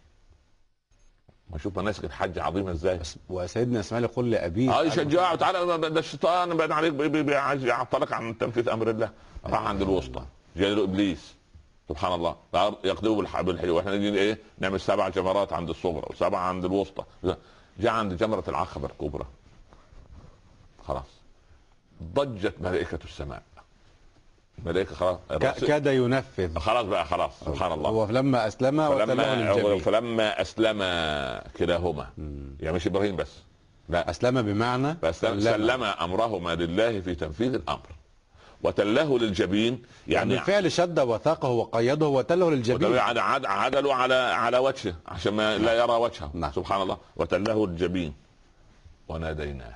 ما شوف مناسك الحج عظيمه ازاي. وسيدنا اسماعيل يقول لابيه اه يشجعه تعالى ده الشيطان بعد عليك عايز يعطلك عن تنفيذ امر الله. راح عند الوسطى جاء له ابليس. سبحان الله. يقذفوا بالحجر، واحنا نجي ايه نعمل سبع جمرات عند الصغرى وسبعه عند الوسطى. جاء عند جمره العقبه الكبرى خلاص ضجت ملائكه السماء. ملائكه خلاص كاد ينفذ خلاص بقى خلاص. سبحان الله. هو فلما اسلم فلما, فلما اسلم كلاهما، يعني مش ابراهيم بس، لا اسلم بمعنى فسلم سلم امرهما لله في تنفيذ الامر وتله للجبين، يعني بالفعل شد وثاقه وقيده وتله للجبين، يعني عدلوا على على وجهه عشان ما لا يرى وجهه. نعم. سبحان الله. وتله الجبين وناديناه.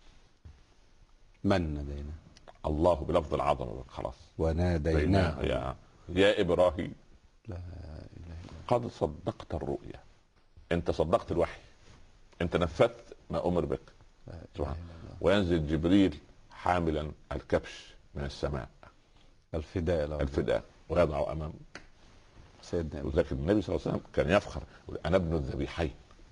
من ناديناه؟ الله بلفظ العظمه. خلاص وناديناه يا يا ابراهيم لا اله الا قد صدقت الرؤيا، انت صدقت الوحي، انت نفذت ما امر بك. سبحان الله. وينزل جبريل حاملا الكبش من السماء، الفداء له. الفداء ويضع امام سيدنا. لكن النبي صلى الله عليه وسلم كان يفخر انا ابن الذبيحين.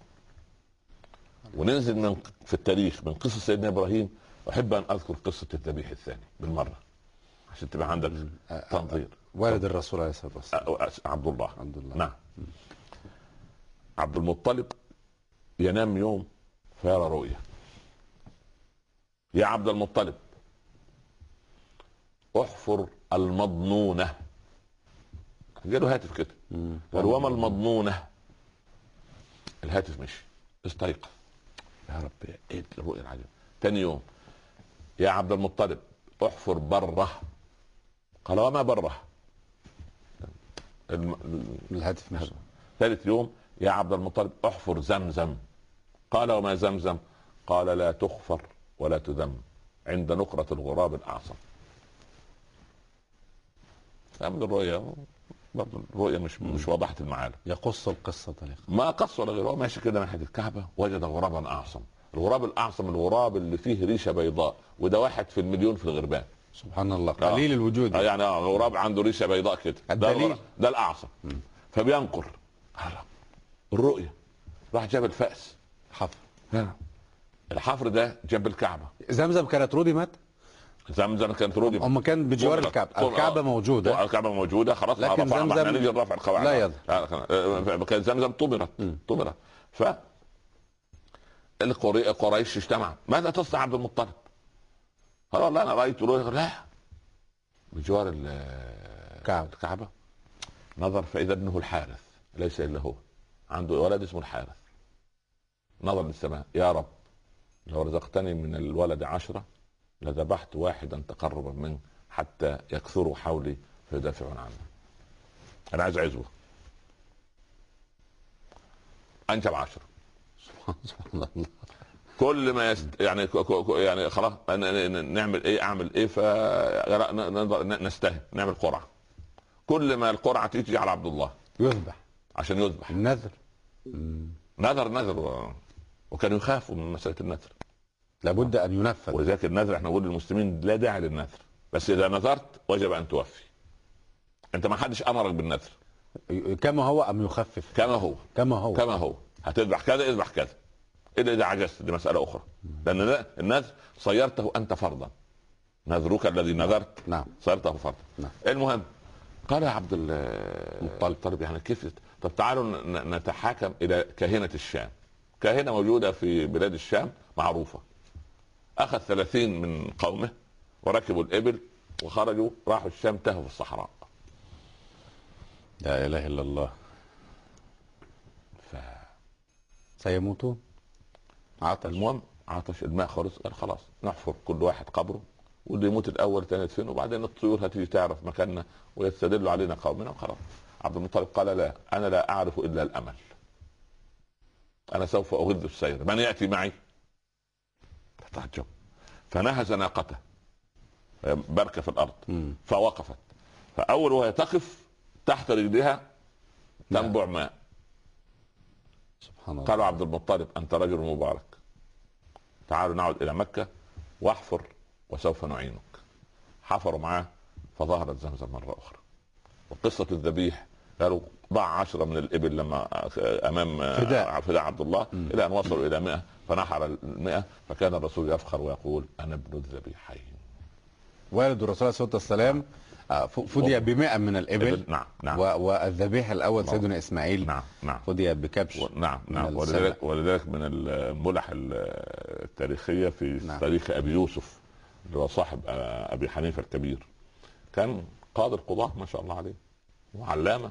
وننزل من في التاريخ من قصه سيدنا ابراهيم. احب ان اذكر قصه الذبيح الثاني بالمره عشان تبقى عندك تنظير. والد الرسول عليه الصلاه والسلام عبد الله. عبد الله. نعم. عبد المطلب ينام يوم فيرى رؤيا. يا عبد المطلب احفر المضنونه. جاله هاتف كده قال وما المضنونه؟ الهاتف مشي. استيقظ يا رب ايه الرؤيا العجيبه. ثاني يوم يا عبد المطلب احفر بره. قال وما بره؟ الم... الهاتف مشي. ثالث يوم يا عبد المطلب احفر زمزم. قال وما زمزم؟ قال لا تخفر ولا تذم عند نقرة الغراب الأعصم. فأمد الرؤيا برضه الرؤيا مش مش واضحة المعالم. يقص القصة لك. ما قص ولا غيره. ماشي كده ناحية الكعبة وجد غرابا أعصم. الغراب الأعصم الغراب اللي فيه ريشة بيضاء، وده واحد في المليون في الغربان. سبحان الله. قليل آه. الوجود. آه يعني آه غراب عنده ريشة بيضاء كده. الدليل ده, ده الأعصم. فبينقر الرؤيا. راح جاب الفأس حفر. الحفر ده جنب الكعبة. زمزم كانت ردمت. زمزم كانت ردمت. هم كان بجوار الكعبة. الكعبة موجودة. الكعبة موجودة خلاص. لكن زمزم نيجي نرفع القواعد. لا يضر. كان زمزم طمرت طمرت. ف قريش اجتمع. ماذا تصنع عبد المطلب؟ قال والله انا رايت رؤيا. لا بجوار الكعبة. الكعبة نظر فاذا ابنه الحارث ليس الا هو عنده ولد اسمه الحارث. نظر للسماء يا رب لو رزقتني من الولد عشرة لذبحت واحدا تقربا منه حتى يكثروا حولي فيدافعون عنه. انا عايز عزوه. انجب عشرة. سبحان الله. كل ما يست... يعني يعني خلاص نعمل ايه اعمل ايه ف نستهل نعمل قرعه. كل ما القرعه تيجي على عبد الله يذبح عشان يذبح. النذر. نذر نذر و... وكانوا يخافوا من مساله النذر. لابد ان ينفذ. ولذلك النذر احنا نقول للمسلمين لا داعي للنذر، بس اذا نذرت وجب ان توفي. انت ما حدش امرك بالنذر. كما هو ام يخفف؟ كما هو كما هو كما هو هتذبح كذا اذبح كذا الا اذا عجزت، دي مساله اخرى. لان النذر صيرته انت فرضا. نذرك الذي نذرت نعم صيرته فرضا. نعم. المهم قال يا عبد المطلب يعني كيف؟ طب تعالوا نتحاكم الى كاهنه الشام. كاهنه موجوده في بلاد الشام معروفه. اخذ ثلاثين من قومه وركبوا الابل وخرجوا راحوا الشام، تهوا في الصحراء. لا اله الا الله. ف... سيموتون. عطش. المهم عطش، الماء خلص، قال خلاص نحفر كل واحد قبره واللي يموت الاول الثاني يدفنه وبعدين الطيور هتيجي تعرف مكاننا ويستدل علينا قومنا وخلاص. عبد المطلب قال لا، انا لا اعرف الا الامل. انا سوف اغذ السير، من ياتي معي؟ فتعجب فنهز ناقته بركه في الارض م. فوقفت. فاول وهي تقف تحت رجلها تنبع ماء. سبحان الله. قالوا عبد المطلب انت رجل مبارك، تعالوا نعود الى مكه واحفر وسوف نعينك. حفروا معاه فظهرت زمزم مره اخرى. وقصه الذبيح قالوا ضع عشرة من الابل لما امام فداء, فداء عبد الله م. الى ان وصلوا الى مئة فنحر المئة. فكان الرسول يفخر ويقول انا ابن الذبيحين. والد الرسول عليه الصلاه والسلام فدي بمئة من الابل. نعم نعم. والذبيح الاول نعم. سيدنا اسماعيل نعم نعم فدي بكبش. و... نعم نعم. ولذلك ولذلك من الملح التاريخيه في نعم. تاريخ ابي يوسف اللي هو صاحب ابي حنيفه الكبير، كان قاضي القضاه ما شاء الله عليه وعلامه.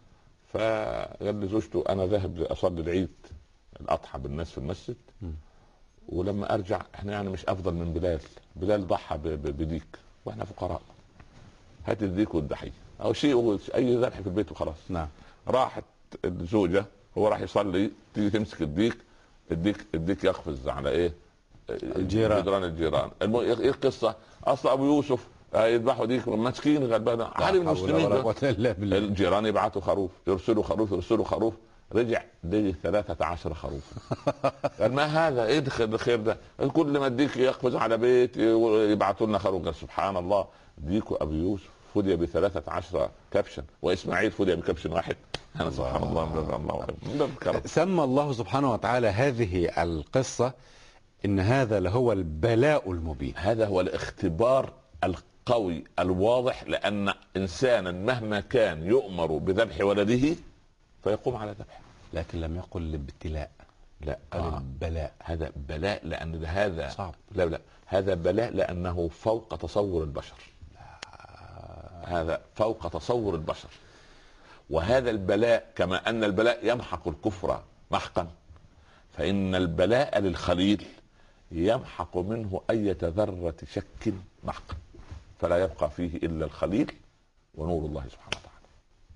فقال لزوجته انا ذاهب لاصلي العيد الاضحى بالناس في المسجد م. ولما ارجع احنا يعني مش افضل من بلال. بلال ضحى بديك واحنا فقراء، هات الديك والضحيه او شيء اي ذبح في البيت وخلاص. نعم. راحت الزوجه هو راح يصلي تيجي تمسك الديك الديك الديك يقفز على ايه؟ الجيران. جدران الجيران. ايه القصه؟ اصل ابو يوسف يذبحوا ديك مسكين غلبان عارف المسلمين. الجيران يبعثوا خروف، يرسلوا خروف يرسلوا خروف، رجع لي ثلاثة عشر خروف. قال ما هذا؟ ايه الخير ده؟ كل ما الديك يقفز على بيت يبعثوا لنا خروف. قال سبحان الله، ديك ابي يوسف فدي بثلاثة عشر كبشا واسماعيل فدي بكبش واحد. انا سبحان الله الله سمى الله سبحانه وتعالى هذه القصة ان هذا لهو البلاء المبين. هذا هو الاختبار القوي الواضح، لان انسانا مهما كان يؤمر بذبح ولده فيقوم على ذبحه. لكن لم يقل الابتلاء، لا قال آه. البلاء. هذا بلاء لان هذا صعب. لا لا هذا بلاء لانه فوق تصور البشر. هذا فوق تصور البشر. وهذا البلاء كما ان البلاء يمحق الكفر محقا، فان البلاء للخليل يمحق منه اي ذرة شك محقا، فلا يبقى فيه الا الخليل ونور الله سبحانه وتعالى.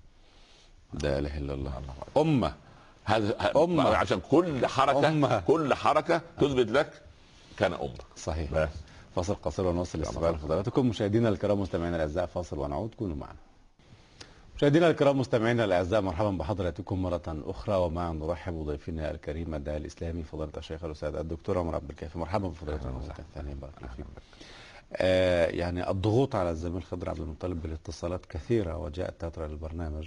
لا اله الا الله. امه هذا أمة. عشان كل حركه أمة. كل حركه تثبت لك كان امه. صحيح. بس. فاصل قصير ونواصل استقبال حضراتكم. مشاهدينا الكرام مستمعينا الاعزاء فاصل ونعود، كونوا معنا. مشاهدينا الكرام مستمعينا الاعزاء مرحبا بحضراتكم مره اخرى، ومع نرحب بضيفنا الكريم الداعي الاسلامي فضيله الشيخ الاستاذ الدكتور عمر عبد الكافي. مرحبا بفضيلتكم مره ثانيه. بارك الله فيكم. آه يعني الضغوط على الزميل خضر عبد المطلب بالاتصالات كثيره وجاء التتر للبرنامج،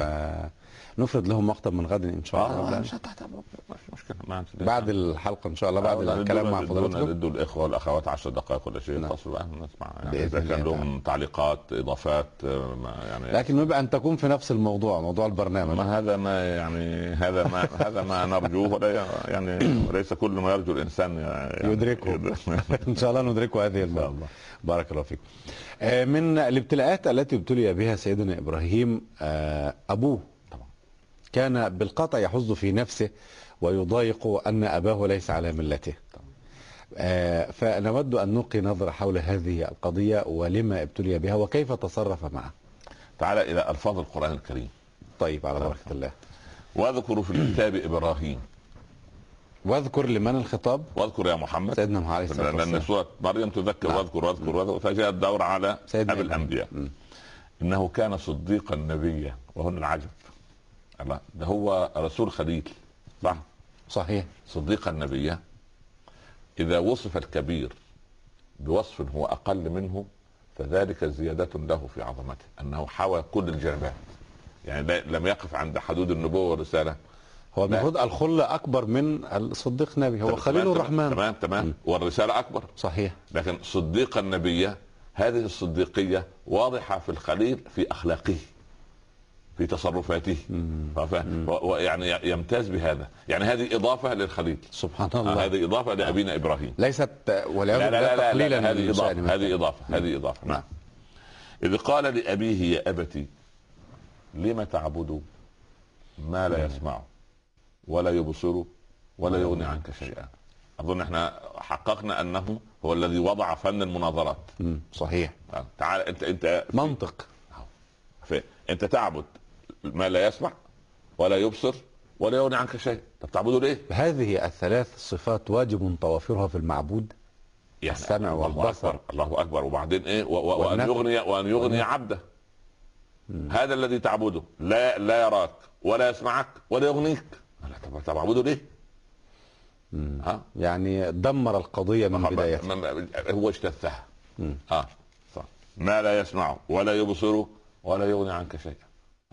فنفرد لهم مقطع من غد ان شاء الله. آه مش مشكله بعد الحلقه ان شاء الله، بعد الكلام مع فضيلتكم ندوا الاخوه والاخوات عشر دقائق ولا شيء يتصلوا بقى نسمع يعني اذا كان لهم تعليقات اضافات يعني. لكن يبقى ان تكون في نفس الموضوع موضوع البرنامج. ما هذا ما يعني هذا ما هذا ما نرجوه، ولا يعني وليس كل ما يرجو الانسان يعني يدركه. ان شاء الله ندركه هذه المره. بارك الله فيك. من الابتلاءات التي ابتلي بها سيدنا ابراهيم ابوه طبعا كان بالقطع يحظ في نفسه ويضايق ان اباه ليس على ملته. آه فنود أن نلقي نظرة حول هذه القضية ولما ابتلي بها وكيف تصرف معها. تعال إلى ألفاظ القرآن الكريم. طيب على بركة الله. واذكروا في الكتاب إبراهيم. واذكر لمن الخطاب؟ واذكر يا محمد سيدنا محمد عليه الصلاة والسلام، لأن سورة مريم تذكر. نعم. واذكر واذكر واذكر فجاء الدور على سيدنا أبي إبراهيم. الأنبياء. م. إنه كان صديقا نبيا. وهنا العجب، الله ده هو رسول خليل، صح؟ صحيح. صديقا نبيا. إذا وصف الكبير بوصف هو أقل منه فذلك زيادة له في عظمته، أنه حوى كل الجنبات، يعني لا- لم يقف عند حدود النبوة والرسالة. هو المفروض الخلة أكبر من الصديق نبي، هو تمام، خليل تمام، الرحمن. تمام تمام م. والرسالة أكبر. صحيح. لكن صديقا نبيا، هذه الصديقية واضحة في الخليل في أخلاقه، في تصرفاته، ويعني يمتاز بهذا. يعني هذه إضافة للخليل سبحان آه، الله. هذه إضافة لأبينا إبراهيم. ليست ولا لا لا لا, لا, تقليلا لا هذه من إضافة شأن هذه إضافة هذه إضافة نعم. إذ قال لأبيه يا أبتي لم تعبد ما لا يسمع ولا يبصر ولا يغني عنك شيئا. أظن احنا حققنا أنه هو الذي وضع فن المناظرات. م. صحيح. آه، تعال أنت أنت منطق. أنت تعبد ما لا يسمع ولا يبصر ولا يغني عنك شيء، طب تعبده ليه؟ هذه الثلاث صفات واجب توافرها في المعبود، يعني السمع الله والبصر. أكبر الله أكبر. وبعدين إيه و- و- وأن والنفع. يغني وأن يغني عبده. هذا الذي تعبده لا لا يراك ولا يسمعك ولا يغنيك، لا، طب تعبده ليه؟ ها؟ يعني دمر القضية من بدايتها. ما- ما- هو اجتثها. م. اه صح. ما لا يسمع ولا يبصر ولا يغني عنك شيئا.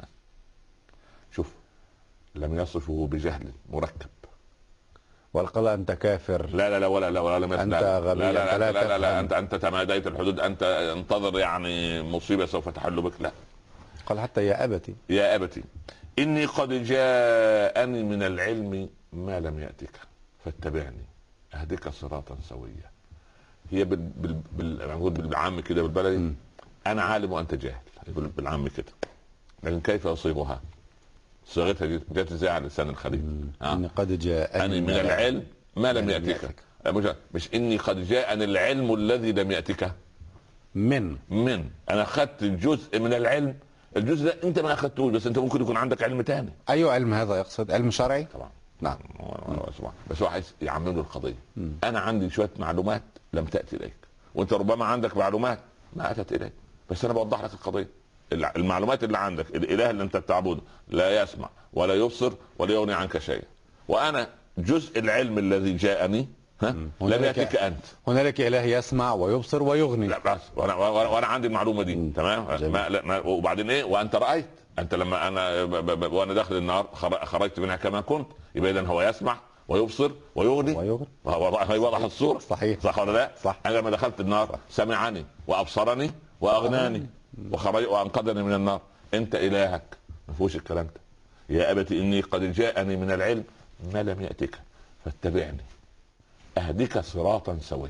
شوف، لم يصفه بجهل مركب. والقال أنت كافر. لا لا لا ولا لا ولا لم يصف. أنت لا غبي، لا أنت لا لا لا, لا, لا, لا تفهم. انت انت تماديت الحدود، انت انتظر يعني مصيبه سوف تحل بك. لا، قال حتى يا أبتي. يا أبتي إني قد جاءني من العلم ما لم يأتك فاتبعني أهدك صراطا سويا. هي بال... بال... بال... بالعام كده بالبلدي م. أنا عالم وأنت جاهل، بالعام كده، لكن كيف أصيبها؟ صيغتها دي جت ازاي على لسان الخليل؟ آه. إني قد جاءني من العلم ما لم يأتك. مش... مش إني قد جاءني العلم الذي لم يأتك. من من أنا أخذت جزء من العلم، الجزء ده انت ما اخذتوش، بس انت ممكن يكون عندك علم تاني. اي علم هذا يقصد؟ علم شرعي طبعا. نعم. بس هو عايز يعمل له القضيه. م. انا عندي شويه معلومات لم تاتي اليك، وانت ربما عندك معلومات ما اتت اليك، بس انا بوضح لك القضيه. المعلومات اللي عندك، الاله اللي انت بتعبده لا يسمع ولا يبصر ولا يغني عنك شيئا، وانا جزء العلم الذي جاءني ها لم ياتيك انت. هنالك اله يسمع ويبصر ويغني. لا بس وانا وانا عندي المعلومه دي. م. تمام. ما ما وبعدين ايه؟ وانت رايت، انت لما انا ب ب ب وانا داخل النار خرجت منها كما كنت، يبقى اذا هو يسمع ويبصر ويغني ويغني. هي واضح الصوره. صحيح. صح ولا لا؟ صح. انا لما دخلت النار صح. سمعني وابصرني واغناني وخرج وانقذني من النار. انت الهك ما فيهوش الكلام ده. يا ابتي اني قد جاءني من العلم ما لم ياتك فاتبعني اهدك صراطا سويا.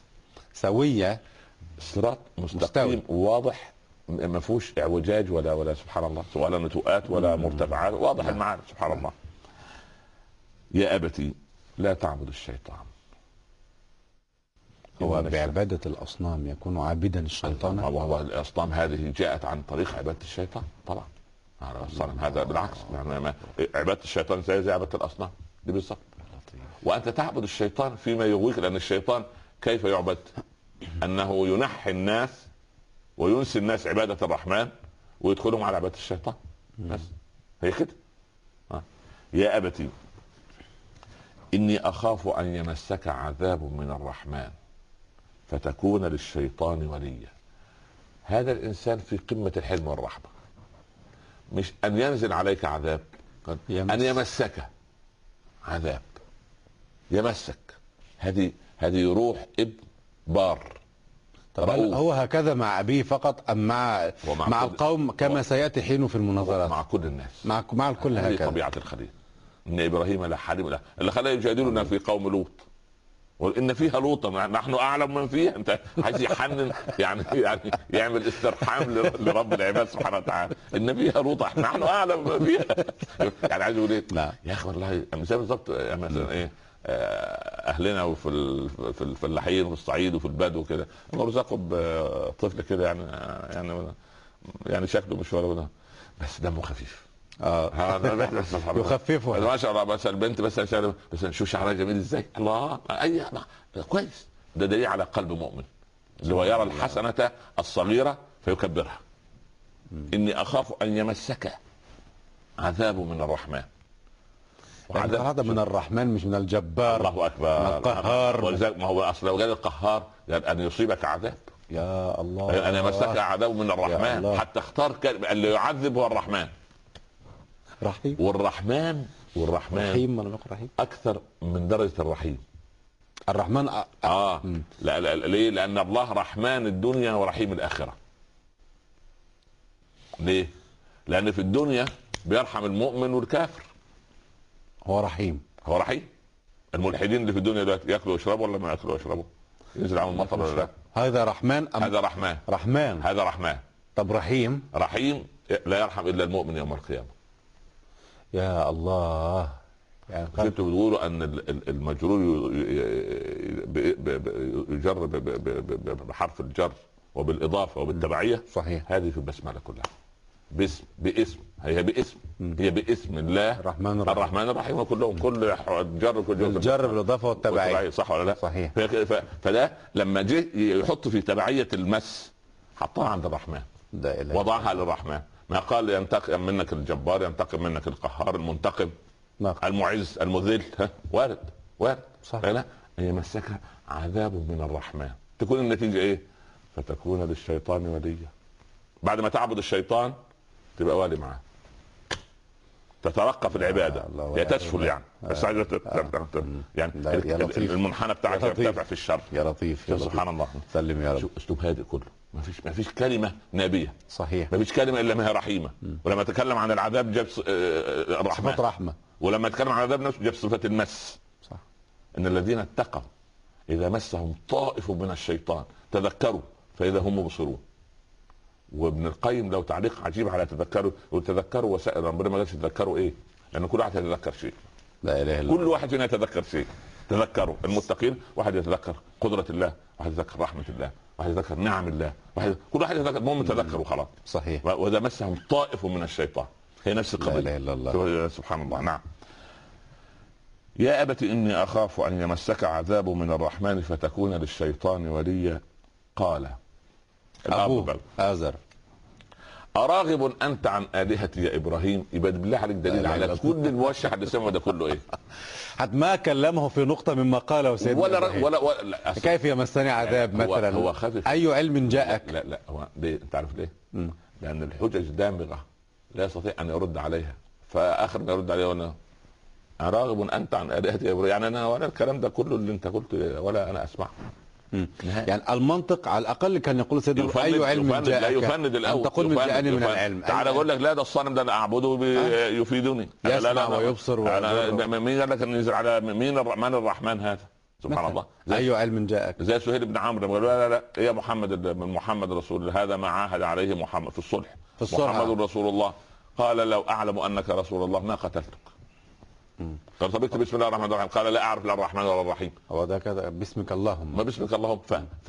سويه، صراط مستقيم واضح ما فيهوش اعوجاج ولا ولا سبحان الله ولا نتوءات ولا مرتفعات، واضح المعاني سبحان الله. يا ابتي لا تعبد الشيطان. هو بعبادة الأصنام يكون عابدا الشيطان؟ وهو الأصنام هذه جاءت عن طريق عبادة الشيطان طبعا. هذا بالعكس، يعني عبادة الشيطان زي زي عبادة الأصنام دي بالضبط. وأنت تعبد الشيطان فيما يغويك، لأن الشيطان كيف يعبد؟ أنه ينحي الناس وينسي الناس عبادة الرحمن ويدخلهم على عبادة الشيطان بس. هي كده. يا أبتي إني أخاف أن يمسك عذاب من الرحمن فتكون للشيطان وليا. هذا الإنسان في قمة الحلم والرحمة، مش أن ينزل عليك عذاب، يمس. أن يمسك عذاب، يمسك. هذه هذه روح ابن بار. طب هو هكذا مع أبيه فقط أم مع مع, مع القوم كما سيأتي حينه في المناظرات؟ مع كل الناس، مع مع الكل هكذا. هذه طبيعة الخليل. إن إبراهيم لحليم. اللي خلاه يجادلنا في قوم لوط وان فيها لوطا نحن اعلم من فيها. انت عايز يحنن يعني يعني يعمل استرحام لرب العباد سبحانه وتعالى. ان فيها لوطا نحن اعلم من فيها. يعني عايز يقول ايه؟ لا يا اخي والله زي بالظبط مثلا ايه اهلنا وفي في الفلاحين وفي الصعيد وفي البدو كده مرزقوا بطفل كده يعني يعني يعني شكله مش ولا بس دمه خفيف. اه يخففها ما شاء الله. بس البنت بس بس شوف شعرها جميل ازاي. الله اي كويس. ده دليل على قلب مؤمن اللي هو يرى الحسنه الصغيره فيكبرها. اني اخاف ان يمسك عذاب من الرحمن. وعذاب هذا من الرحمن مش من الجبار. الله اكبر. من القهار. ما هو اصل لو قال القهار قال ان يصيبك عذاب. يا الله. ان يمسك عذاب من الرحمن. حتى اختار كلمه اللي يعذب هو الرحمن. رحيم. والرحمن والرحمن رحيم. انا بقول رحيم اكثر من درجه الرحيم. الرحمن أ... اه لا, لا ليه؟ لان الله رحمن الدنيا ورحيم الاخره. ليه؟ لان في الدنيا بيرحم المؤمن والكافر. هو رحيم. هو رحيم. الملحدين اللي في الدنيا دلوقتي ياكلوا ويشربوا ولا ما ياكلوا ويشربوا؟ ينزل على المطر ولا لا؟ هذا رحمن أم... هذا رحمن. رحمن. هذا رحمن. طب رحيم. رحيم لا يرحم الا المؤمن يوم القيامه. يا الله. يعني كنتوا بتقولوا ان المجرور يجر بحرف الجر وبالاضافه وبالتبعيه. صحيح. هذه في البسمله كلها باسم باسم هي باسم هي باسم الله الرحمن الرحيم. الرحمن الرحيم كلهم كل جر كل الجر بالاضافه والتبعيه. صح ولا لا؟ صحيح. فده لما جه يحط في تبعيه المس حطها عند الرحمن. وضعها للرحمن. ما قال ينتقم منك الجبار ينتقم منك القهار المنتقم نقل. المعز المذل. ها وارد وارد. صح. لا ان يمسك عذاب من الرحمن تكون النتيجه ايه؟ فتكون للشيطان وليا. بعد ما تعبد الشيطان تبقى والي معاه. تترقى في العباده. هي تسفل يعني بس عايزه يعني المنحنى بتاعك يرتفع في الشر. يا لطيف. يا سبحان الله. سلم يا رب. اسلوب هادئ كله. ما فيش ما فيش كلمه نابيه. صحيح. ما فيش كلمه الا ما هي رحيمه. مم. ولما تكلم عن العذاب جاب الرحمه. صفه رحمه. ولما تكلم عن العذاب نفسه جاب صفه المس. صح. ان الذين اتقوا اذا مسهم طائف من الشيطان تذكروا فاذا هم مبصرون. وابن القيم لو تعليق عجيب على تذكروا وتذكروا وسائل ربنا ما قالش تذكروا ايه؟ لان كل واحد يتذكر شيء. لا اله الا كل واحد فينا يتذكر شيء. تذكروا المتقين واحد يتذكر قدره الله واحد يتذكر رحمه الله واحد يتذكر نعم الله واحد كل واحد يتذكر المهم يتذكر وخلاص. صحيح. واذا مسهم طائف من الشيطان هي نفس القضيه. لا اله الا الله. سبحان الله. نعم. يا أبت إني أخاف أن يمسك عذاب من الرحمن فتكون للشيطان وليا. قال أبوه آزر أراغب أنت عن آلهتي يا إبراهيم؟ يبقى بالله عليك دليل على كل الموشح اللي سمعه ده كله إيه؟ حتى ما كلمه في نقطة مما قاله سيدنا ولا ولا, ولا, ولا كيف يمسني عذاب هو مثلا؟ هو خفف. أي علم جاءك؟ لا لا هو ليه؟ أنت عارف ليه؟ م. لأن الحجج دامغة لا يستطيع أن يرد عليها. فآخر ما يرد عليها وأنا راغب انت عن الهتي يا ابراهيم. يعني انا وانا الكلام ده كله اللي انت قلته ولا انا اسمعه. يعني المنطق على الاقل كان يقول سيدنا اي علم جاءك؟ لا يفند الاول. ان تقول من جاءني من العلم. تعال اقول لك لا ده الصنم ده انا اعبده يفيدني. يسمع لا لا ويبصر. مين قال لك ان ينزل على مين الرحمن الرحمن هذا؟ سبحان الله. اي علم جاءك؟ زي سهيل بن عمرو قال لا لا لا يا محمد من محمد رسول هذا ما عاهد عليه محمد في الصلح. في الصلح محمد رسول الله. قال لو اعلم انك رسول الله ما قتلتك. قال طب اكتب بسم الله الرحمن الرحيم. قال لا اعرف لا الرحمن ولا الرحيم. هو ده كده باسمك اللهم. ما باسمك اللهم.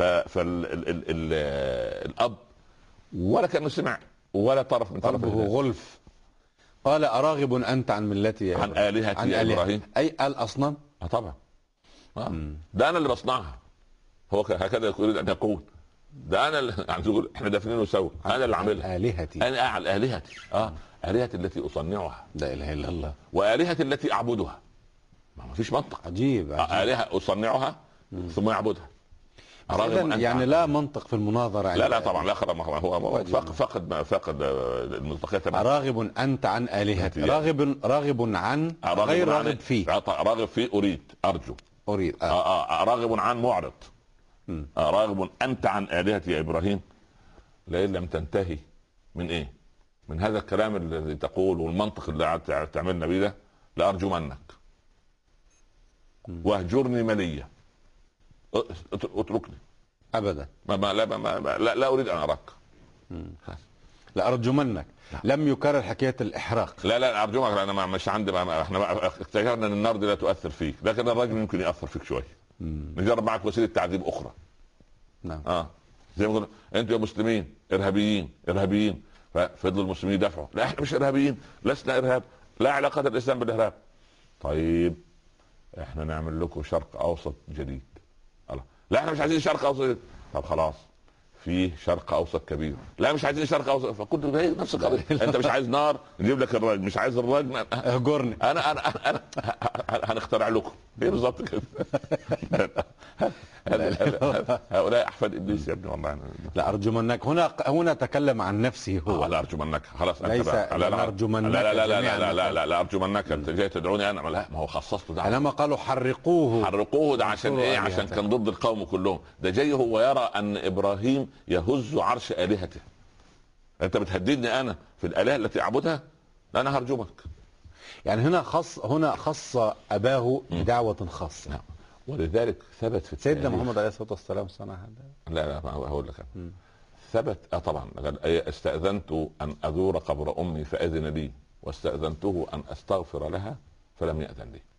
فالاب ولا كانه سمع ولا طرف من طرف قلبه غلف. قال اراغب انت عن ملتي يا عن الهتي يا ابراهيم؟ اي الاصنام. اه طبعا. آه. ده انا اللي بصنعها. هو هكذا يريد ان يقول ده انا اللي يعني تقول احنا دافنينه سوا. انا اللي عاملها. الهتي. انا على الهتي. اه آلهتي التي أصنعها. لا إله إلا الله. وآلهتي التي أعبدها. ما فيش منطق. عجيب, عجيب. آلهة أصنعها مم. ثم يعبدها. يعني لا منطق في المناظرة. لا لا طبعا لا خرم. هو فقد فقد فقد المنطقية. راغب أنت عن آلهتي. راغب راغب عن غير راغب فيه. راغب فيه أريد أرجو. أريد. آه. آه. آه. راغب عن معرض. آه. راغب أنت عن آلهتي يا إبراهيم لئن لم تنتهي من إيه؟ من هذا الكلام الذي تقول والمنطق اللي تعملنا بيه ده لأرجمنك واهجرني مليا. اتركني ابدا. ما ما لا, ما ما لا, لا اريد ان اراك. لأرجمنك. لم يكرر حكاية الإحراق. لا لا أرجوك، أنا ما مش عندي ما احنا اكتشفنا أن النار دي لا تؤثر فيك، لكن الرجل يمكن يأثر فيك شوية. نجرب معك وسيلة تعذيب أخرى. نعم. اه زي ما قلنا أنتوا يا مسلمين إرهابيين إرهابيين، ففضلوا المسلمين يدافعوا، لا احنا مش إرهابيين، لسنا إرهاب، لا علاقة الإسلام بالإرهاب. طيب احنا نعمل لكم شرق أوسط جديد. الله، لا احنا مش عايزين شرق أوسط جديد. طب خلاص في شرق اوسط كبير، لا مش عايزين شرق اوسط، فكنت جاي نفس القضيه. انت مش عايز نار نجيب لك الراجل، مش عايز الراجل اهجرني. انا انا انا هنخترع لكم ايه بالظبط كده. هؤلاء احفاد ابليس يا ابني والله. لا ارجمنك هنا هنا تكلم عن نفسه هو. لا ارجمنك خلاص ليس لا لا ارجمنك. لا لا لا لا لا لا لا ارجمنك. انت جاي تدعوني انا؟ لا ما هو خصصته ده. انما قالوا حرقوه. حرقوه ده عشان ايه؟ عشان كان ضد القوم كلهم. ده جاي هو يرى ان ابراهيم يهز عرش الهته. انت بتهددني انا في الالهه التي اعبدها؟ لا انا هرجمك. يعني هنا خص هنا خص اباه بدعوه خاصه. نعم. ولذلك ثبت في سيدنا محمد عليه الصلاه والسلام صنع هذا. لا لا هقول لك أنا. ثبت اه طبعا. استاذنت ان ازور قبر امي فاذن لي، واستاذنته ان استغفر لها فلم ياذن لي.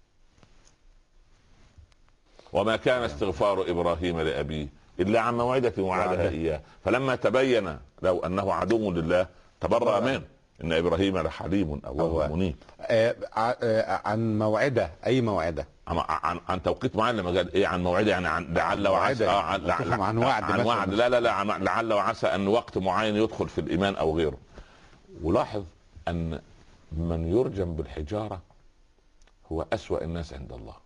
وما كان استغفار ابراهيم لابيه الا عن موعده وعدها اياه، فلما تبين لو انه عدو لله تبرأ منه. ان ابراهيم لحليم اواه منيب. عن موعده، اي موعده؟ عن عن, عن توقيت معين. لما قال ايه عن موعده يعني عن لعل وعسى. آه عن, عن وعد. عن وعد. لا لا لا عن لعل وعسى ان وقت معين يدخل في الايمان او غيره. ولاحظ ان من يرجم بالحجاره هو اسوأ الناس عند الله،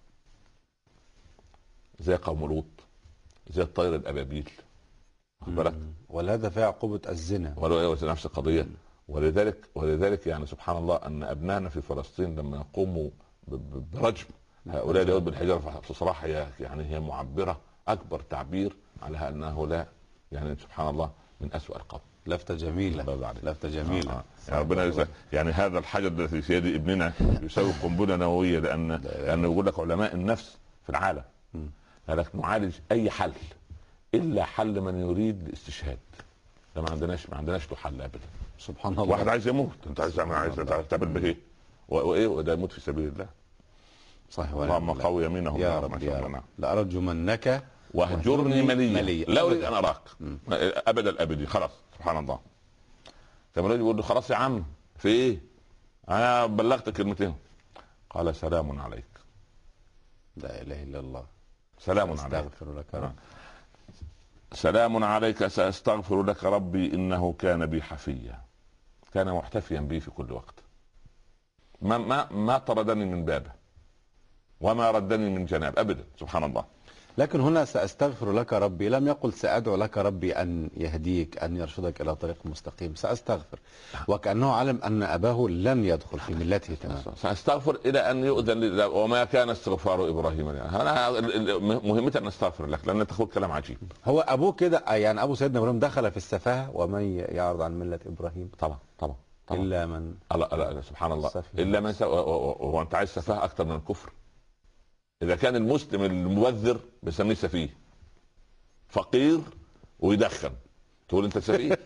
زي قوم لوط، زي الطير الابابيل. بالك؟ ولهذا في عقوبه الزنا ولو نفس القضيه. ولذلك ولذلك يعني سبحان الله ان ابنائنا في فلسطين لما يقوموا برجم هؤلاء اليهود بالحجاره، بصراحه هي يعني هي معبره اكبر تعبير على ان هؤلاء يعني سبحان الله من اسوأ القوم. لفته جميله. لفته جميله. آه. يعني ربنا يسأل. يعني هذا الحجر الذي في يد ابننا يساوي قنبله نوويه، لان لانه يقول لك علماء النفس في العالم قال لك نعالج اي حل الا حل من يريد الاستشهاد. ده ما عندناش ما عندناش له حل ابدا. سبحان الله. واحد عايز يموت، انت عايز عايز تعمل به ايه؟ وايه وده يموت في سبيل الله. صحيح. اللهم قوي يمينهم يا رب يا رب. لأرجمنك واهجرني مليا لا اريد ان اراك ابد الابدين. خلاص سبحان الله. كما يقول له خلاص يا عم في ايه؟ انا بلغت كلمتين. قال سلام عليك. لا اله الا الله. سلام عليك. استغفر لك رب. سلام عليك ساستغفر لك ربي انه كان بي حفيا. كان محتفيا بي في كل وقت. ما ما ما طردني من بابه وما ردني من جناب ابدا. سبحان الله. لكن هنا سأستغفر لك ربي لم يقل سأدعو لك ربي أن يهديك أن يرشدك إلى طريق مستقيم. سأستغفر وكأنه علم أن أباه لن يدخل في ملته تماما. سأستغفر إلى أن يؤذن لي. وما كان استغفار إبراهيم. أنا مهمتي أن أستغفر لك لأن تقول كلام عجيب. هو أبوه كده يعني أبو سيدنا إبراهيم دخل في السفاهة ومن يعرض عن ملة إبراهيم طبعا طبعا, طبعا. إلا من لا لا سبحان الله إلا من هو أنت عايز سفاهة أكثر من الكفر. إذا كان المسلم المبذر بسميه سفيه، فقير ويدخن تقول أنت سفيه.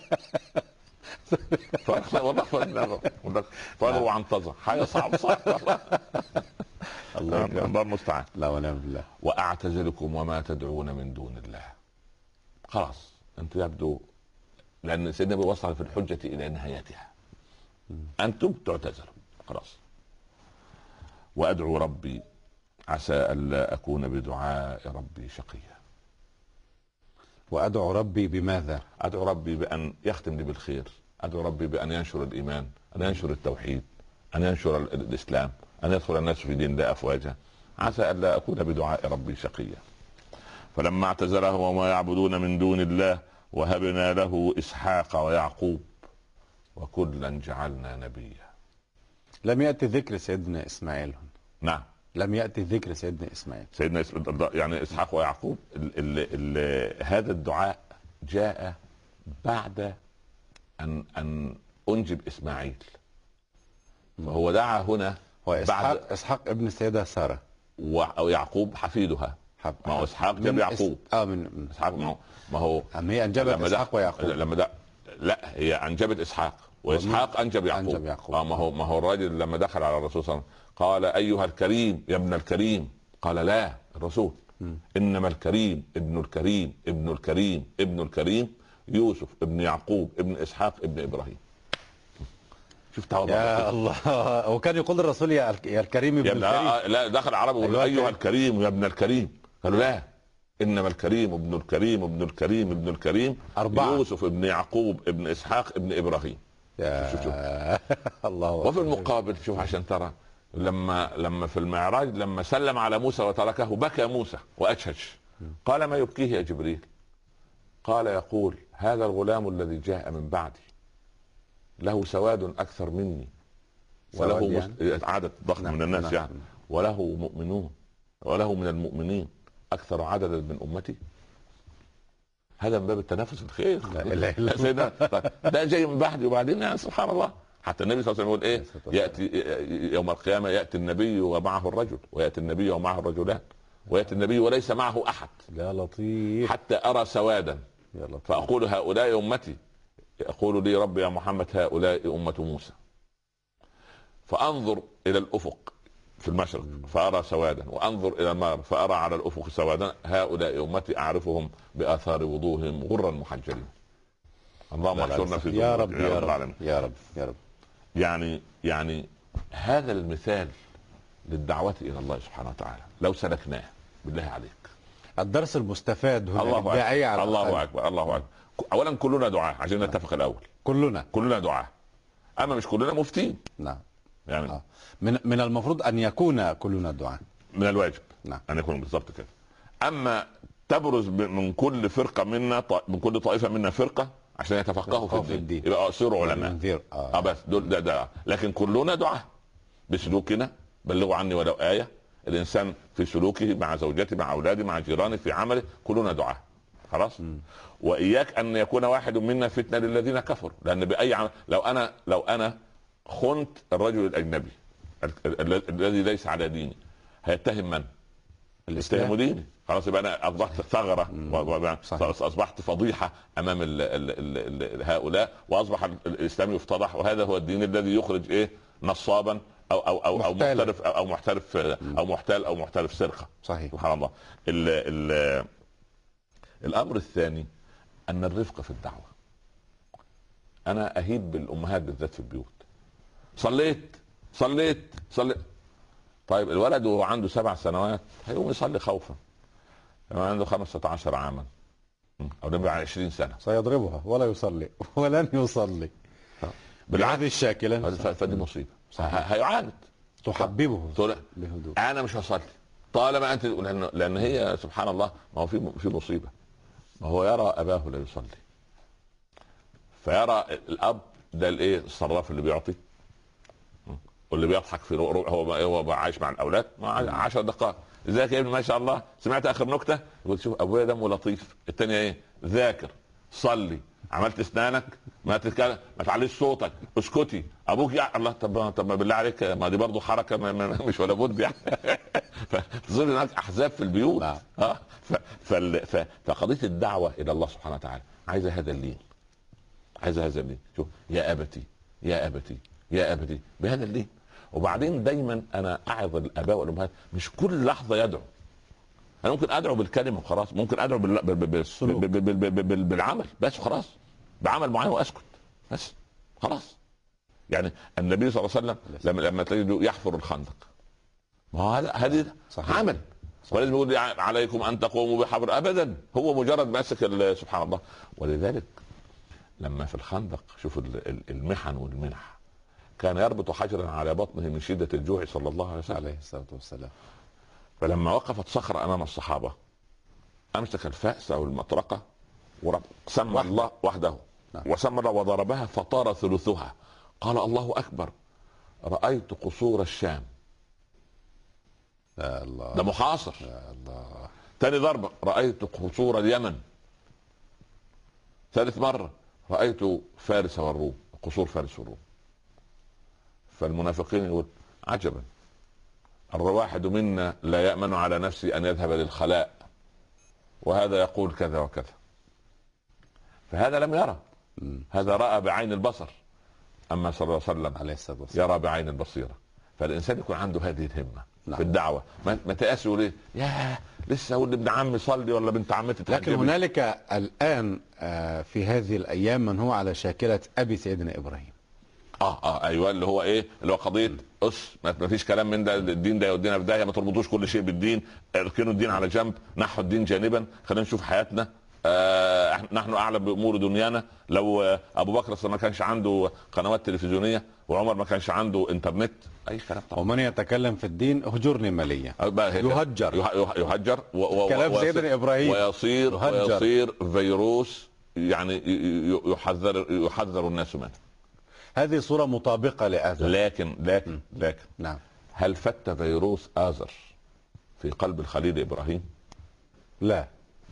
والله والله فهو عنطزة حاجة صعبة صعبة. الله الله المستعان. لا ونعم بالله. وأعتزلكم وما تدعون من دون الله. خلاص أنتم يبدو لأن سيدنا وصل في الحجة إلى نهايتها. أنتم تعتزلوا خلاص. وأدعو ربي عسى ألا أكون بدعاء ربي شقيا. وأدعو ربي بماذا؟ أدعو ربي بأن يختم لي بالخير. أدعو ربي بأن ينشر الإيمان، أن ينشر التوحيد، أن ينشر الإسلام، أن يدخل الناس في دين الله أفواجا. عسى ألا أكون بدعاء ربي شقيا. فلما اعتزلهم وما يعبدون من دون الله وهبنا له إسحاق ويعقوب وكلا جعلنا نبيا. لم يأتي ذكر سيدنا إسماعيل هنا. نعم لم يأتي ذكر سيدنا إسماعيل. سيدنا يعني إسحاق ويعقوب. ال ال ال هذا الدعاء جاء بعد أن أن أنجب إسماعيل. فهو دعا هنا وإسحاق بعد إسحاق ابن السيدة سارة ويعقوب حفيدها ما هو اسحاق جاب يعقوب. اه من اسحاق ما هو ما هو أم هي انجبت اسحاق ويعقوب. لما ده لا هي انجبت اسحاق واسحاق انجب يعقوب. انجب يعقوب. اه ما هو ما هو الراجل لما دخل على الرسول صلى الله عليه وسلم قال ايها الكريم يا ابن الكريم، قال لا الرسول م. انما الكريم ابن الكريم ابن الكريم ابن الكريم يوسف ابن يعقوب ابن اسحاق ابن ابراهيم. شفت يا الله. وكان يقول الرسول يا الكريم ابن الكريم. آه لا دخل عربي يقول أيوة ايها الكريم يا ابن الكريم، قالوا لا انما الكريم ابن الكريم ابن الكريم ابن الكريم أربعة. يوسف ابن يعقوب ابن اسحاق ابن ابراهيم. يا شوف شوف. الله. وفي المقابل شوف عشان ترى لما لما في المعراج لما سلم على موسى وتركه بكى موسى واجهش. قال ما يبكيه يا جبريل؟ قال يقول هذا الغلام الذي جاء من بعدي له سواد اكثر مني وله يعني؟ عدد ضخم نعم. من الناس نعم. يعني وله مؤمنون وله من المؤمنين اكثر عددا من امتي. هذا من باب التنافس الخير. لا اله الا الله. ده جاي من بعدي وبعدين يعني سبحان الله. حتى النبي صلى الله عليه وسلم يقول ايه ياتي يوم القيامه ياتي النبي ومعه الرجل وياتي النبي ومعه الرجلان وياتي النبي وليس معه احد. يا لطيف. حتى ارى سوادا فاقول هؤلاء امتي، يقول لي ربي يا محمد هؤلاء امه موسى. فانظر الى الافق في المشرق فارى سوادا وانظر الى المغرب فارى على الافق سوادا هؤلاء امتي اعرفهم باثار وضوءهم غرا محجلين. اللهم احشرنا في يا رب يا رب يا رب يا رب. يعني يعني هذا المثال للدعوة الى الله سبحانه وتعالى لو سلكناه بالله عليك. الدرس المستفاد هنا الداعية على الله اكبر الله اكبر. اولا كلنا دعاة عشان نتفق الاول. كلنا كلنا دعاة اما مش كلنا مفتين. نعم يعني آه. من من المفروض ان يكون كلنا دعاة. من الواجب نعم ان يكون بالضبط كده. اما تبرز من كل فرقة منا من كل طائفة منا فرقة عشان يتفقهوا في, في الدين يبقى صيروا علماء. آه. اه بس دول ده, ده لكن كلنا دعاة بسلوكنا. بلغوا عني ولو آية. الانسان في سلوكه مع زوجته مع اولاده مع جيرانه في عمله كلنا دعاة. خلاص. م. واياك ان يكون واحد منا فتنة للذين كفروا. لان باي عمل لو انا لو انا خنت الرجل الاجنبي الذي ليس على ديني هيتهم من؟ الاسلام ديني. خلاص يبقى انا اصبحت ثغره واصبحت فضيحه امام ال ال ال هؤلاء واصبح الاسلام يفتضح. وهذا هو الدين الذي يخرج ايه نصابا او او او او محترف او محترف او محتال او محترف سرقه. صحيح. سبحان الله. ال ال الامر الثاني ان الرفق في الدعوه. انا اهيب بالامهات بالذات في البيوت. صليت صليت صليت طيب الولد وهو عنده سبع سنوات هيقوم يصلي خوفا. لما عنده خمسة عشر عاما او نبي على عشرين سنة سيضربها ولا يصلي ولن يصلي بالعكس الشاكلة. فدي مصيبة. هيعاند تحببه بهدوء. انا مش هصلي طالما انت لان, لأن هي سبحان الله ما هو في في مصيبة. ما هو يرى اباه لا يصلي فيرى الاب ده الايه الصراف اللي بيعطي واللي بيضحك في روح. هو هو عايش مع الاولاد عشر دقائق. ازيك يا ابني ما شاء الله سمعت اخر نكته؟ يقول شوف ابويا دمه لطيف. الثانيه ايه؟ ذاكر صلي عملت اسنانك ما تتكلم ما تعليش صوتك اسكتي ابوك يا الله. طب طب ما بالله عليك ما دي برضه حركه مش ولا بد يعني. فتصير هناك احزاب في البيوت. اه فقضيه الدعوه الى الله سبحانه وتعالى عايزه هذا اللين. عايزه هذا اللين. شوف يا ابتي يا ابتي يا ابتي بهذا اللين. وبعدين دايما انا اعظ الاباء والامهات مش كل لحظه يدعو. انا ممكن ادعو بالكلمه وخلاص. ممكن ادعو بال... بال... بال... بال... بال... بالعمل بس خلاص بعمل معين واسكت بس خلاص. يعني النبي صلى الله عليه وسلم لما لما تجده يحفر الخندق ما هذا هذه عمل. ولازم يقول عليكم ان تقوموا بحفر ابدا. هو مجرد ماسك سبحان الله. ولذلك لما في الخندق شوف المحن والمنح كان يربط حجرا على بطنه من شدة الجوع صلى الله عليه وسلم عليه الصلاة والسلام. فلما وقفت صخرة أمام الصحابة أمسك الفأس أو المطرقة وسمى الله وحده نعم. وسمى الله وضربها فطار ثلثها. قال الله أكبر رأيت قصور الشام. يا الله. ده محاصر. يا الله. ثاني ضربة رأيت قصور اليمن. ثالث مرة رأيت فارس والروم قصور فارس والروم. فالمنافقين يقول عجبا الواحد منا لا يأمن على نفسه أن يذهب للخلاء وهذا يقول كذا وكذا، فهذا لم يرى، هذا رأى بعين البصر. أما صلى الله عليه وسلم عليه الصلاة والسلام يرى بعين البصيرة. فالإنسان يكون عنده هذه الهمة نعم. في الدعوة، ما, ما تقاس يقول ايه يا لسه اقول لابن عمي صلي ولا بنت عمتي تحجبي. لكن هنالك الآن في هذه الأيام من هو على شاكلة أبي سيدنا إبراهيم. اه اه ايوه، اللي هو ايه، اللي هو قضيه اس ما فيش كلام من ده، الدين ده يودينا في داهيه، ما تربطوش كل شيء بالدين، اركنوا الدين على جنب، نحوا الدين جانبا، خلينا نشوف حياتنا. آه نحن اعلم بامور دنيانا. لو آه ابو بكر ما كانش عنده قنوات تلفزيونيه، وعمر ما كانش عنده انترنت، اي كلام طبعا. ومن يتكلم في الدين هجرني ماليا، يهجر يهجر كلام سيدنا ابراهيم، ويصير يهجر. ويصير فيروس يعني يحذر يحذر الناس منه. هذه صورة مطابقة لآذر. لكن لكن لكن نعم. هل فت فيروس آذر في قلب الخليل إبراهيم؟ لا.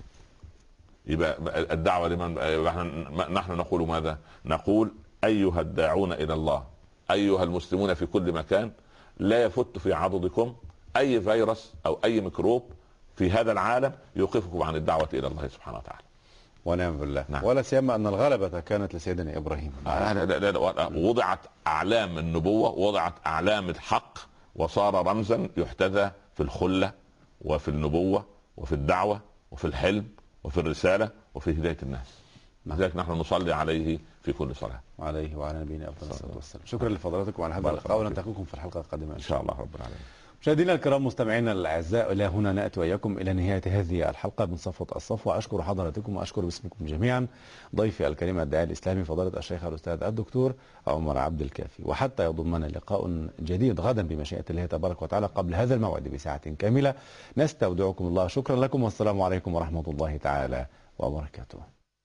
يبقى الدعوة لمن نحن نقول ماذا؟ نقول أيها الداعون إلى الله، أيها المسلمون في كل مكان، لا يفت في عضدكم أي فيروس أو أي ميكروب في هذا العالم يوقفكم عن الدعوة إلى الله سبحانه وتعالى. ونعم بالله. نعم. ولا سيما أن الغلبة كانت لسيدنا إبراهيم. لا لا لا لا. وضعت أعلام النبوة، وضعت أعلام الحق، وصار رمزا يحتذى في الخلة وفي النبوة وفي الدعوة وفي الحلم وفي الرسالة وفي هداية الناس. لذلك نحن نصلي عليه في كل صلاة. عليه وعلى نبينا أفضل الصلاة والسلام. شكرا لفضلاتكم على هذا اللقاء، ونلتقيكم في الحلقة القادمة إن شاء الله رب العالمين. مشاهدينا الكرام، مستمعينا الاعزاء، الى هنا ناتي واياكم الى نهايه هذه الحلقه من صفوه الصفوه. اشكر حضراتكم واشكر باسمكم جميعا ضيفي الكريم الداعي الاسلامي فضيله الشيخ الاستاذ الدكتور عمر عبد الكافي، وحتى يضمنا لقاء جديد غدا بمشيئه الله تبارك وتعالى قبل هذا الموعد بساعه كامله، نستودعكم الله. شكرا لكم والسلام عليكم ورحمه الله تعالى وبركاته.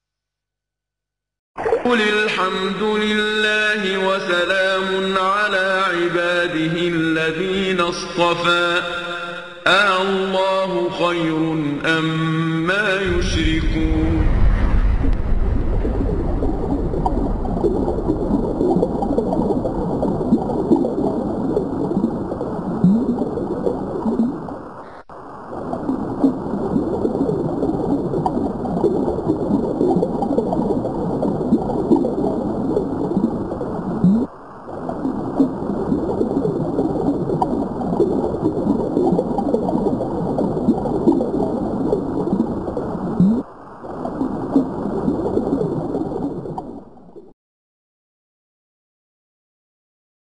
قل الحمد لله وسلام على عباده الذين اصطفى، أَاللَّهُ خير أم ما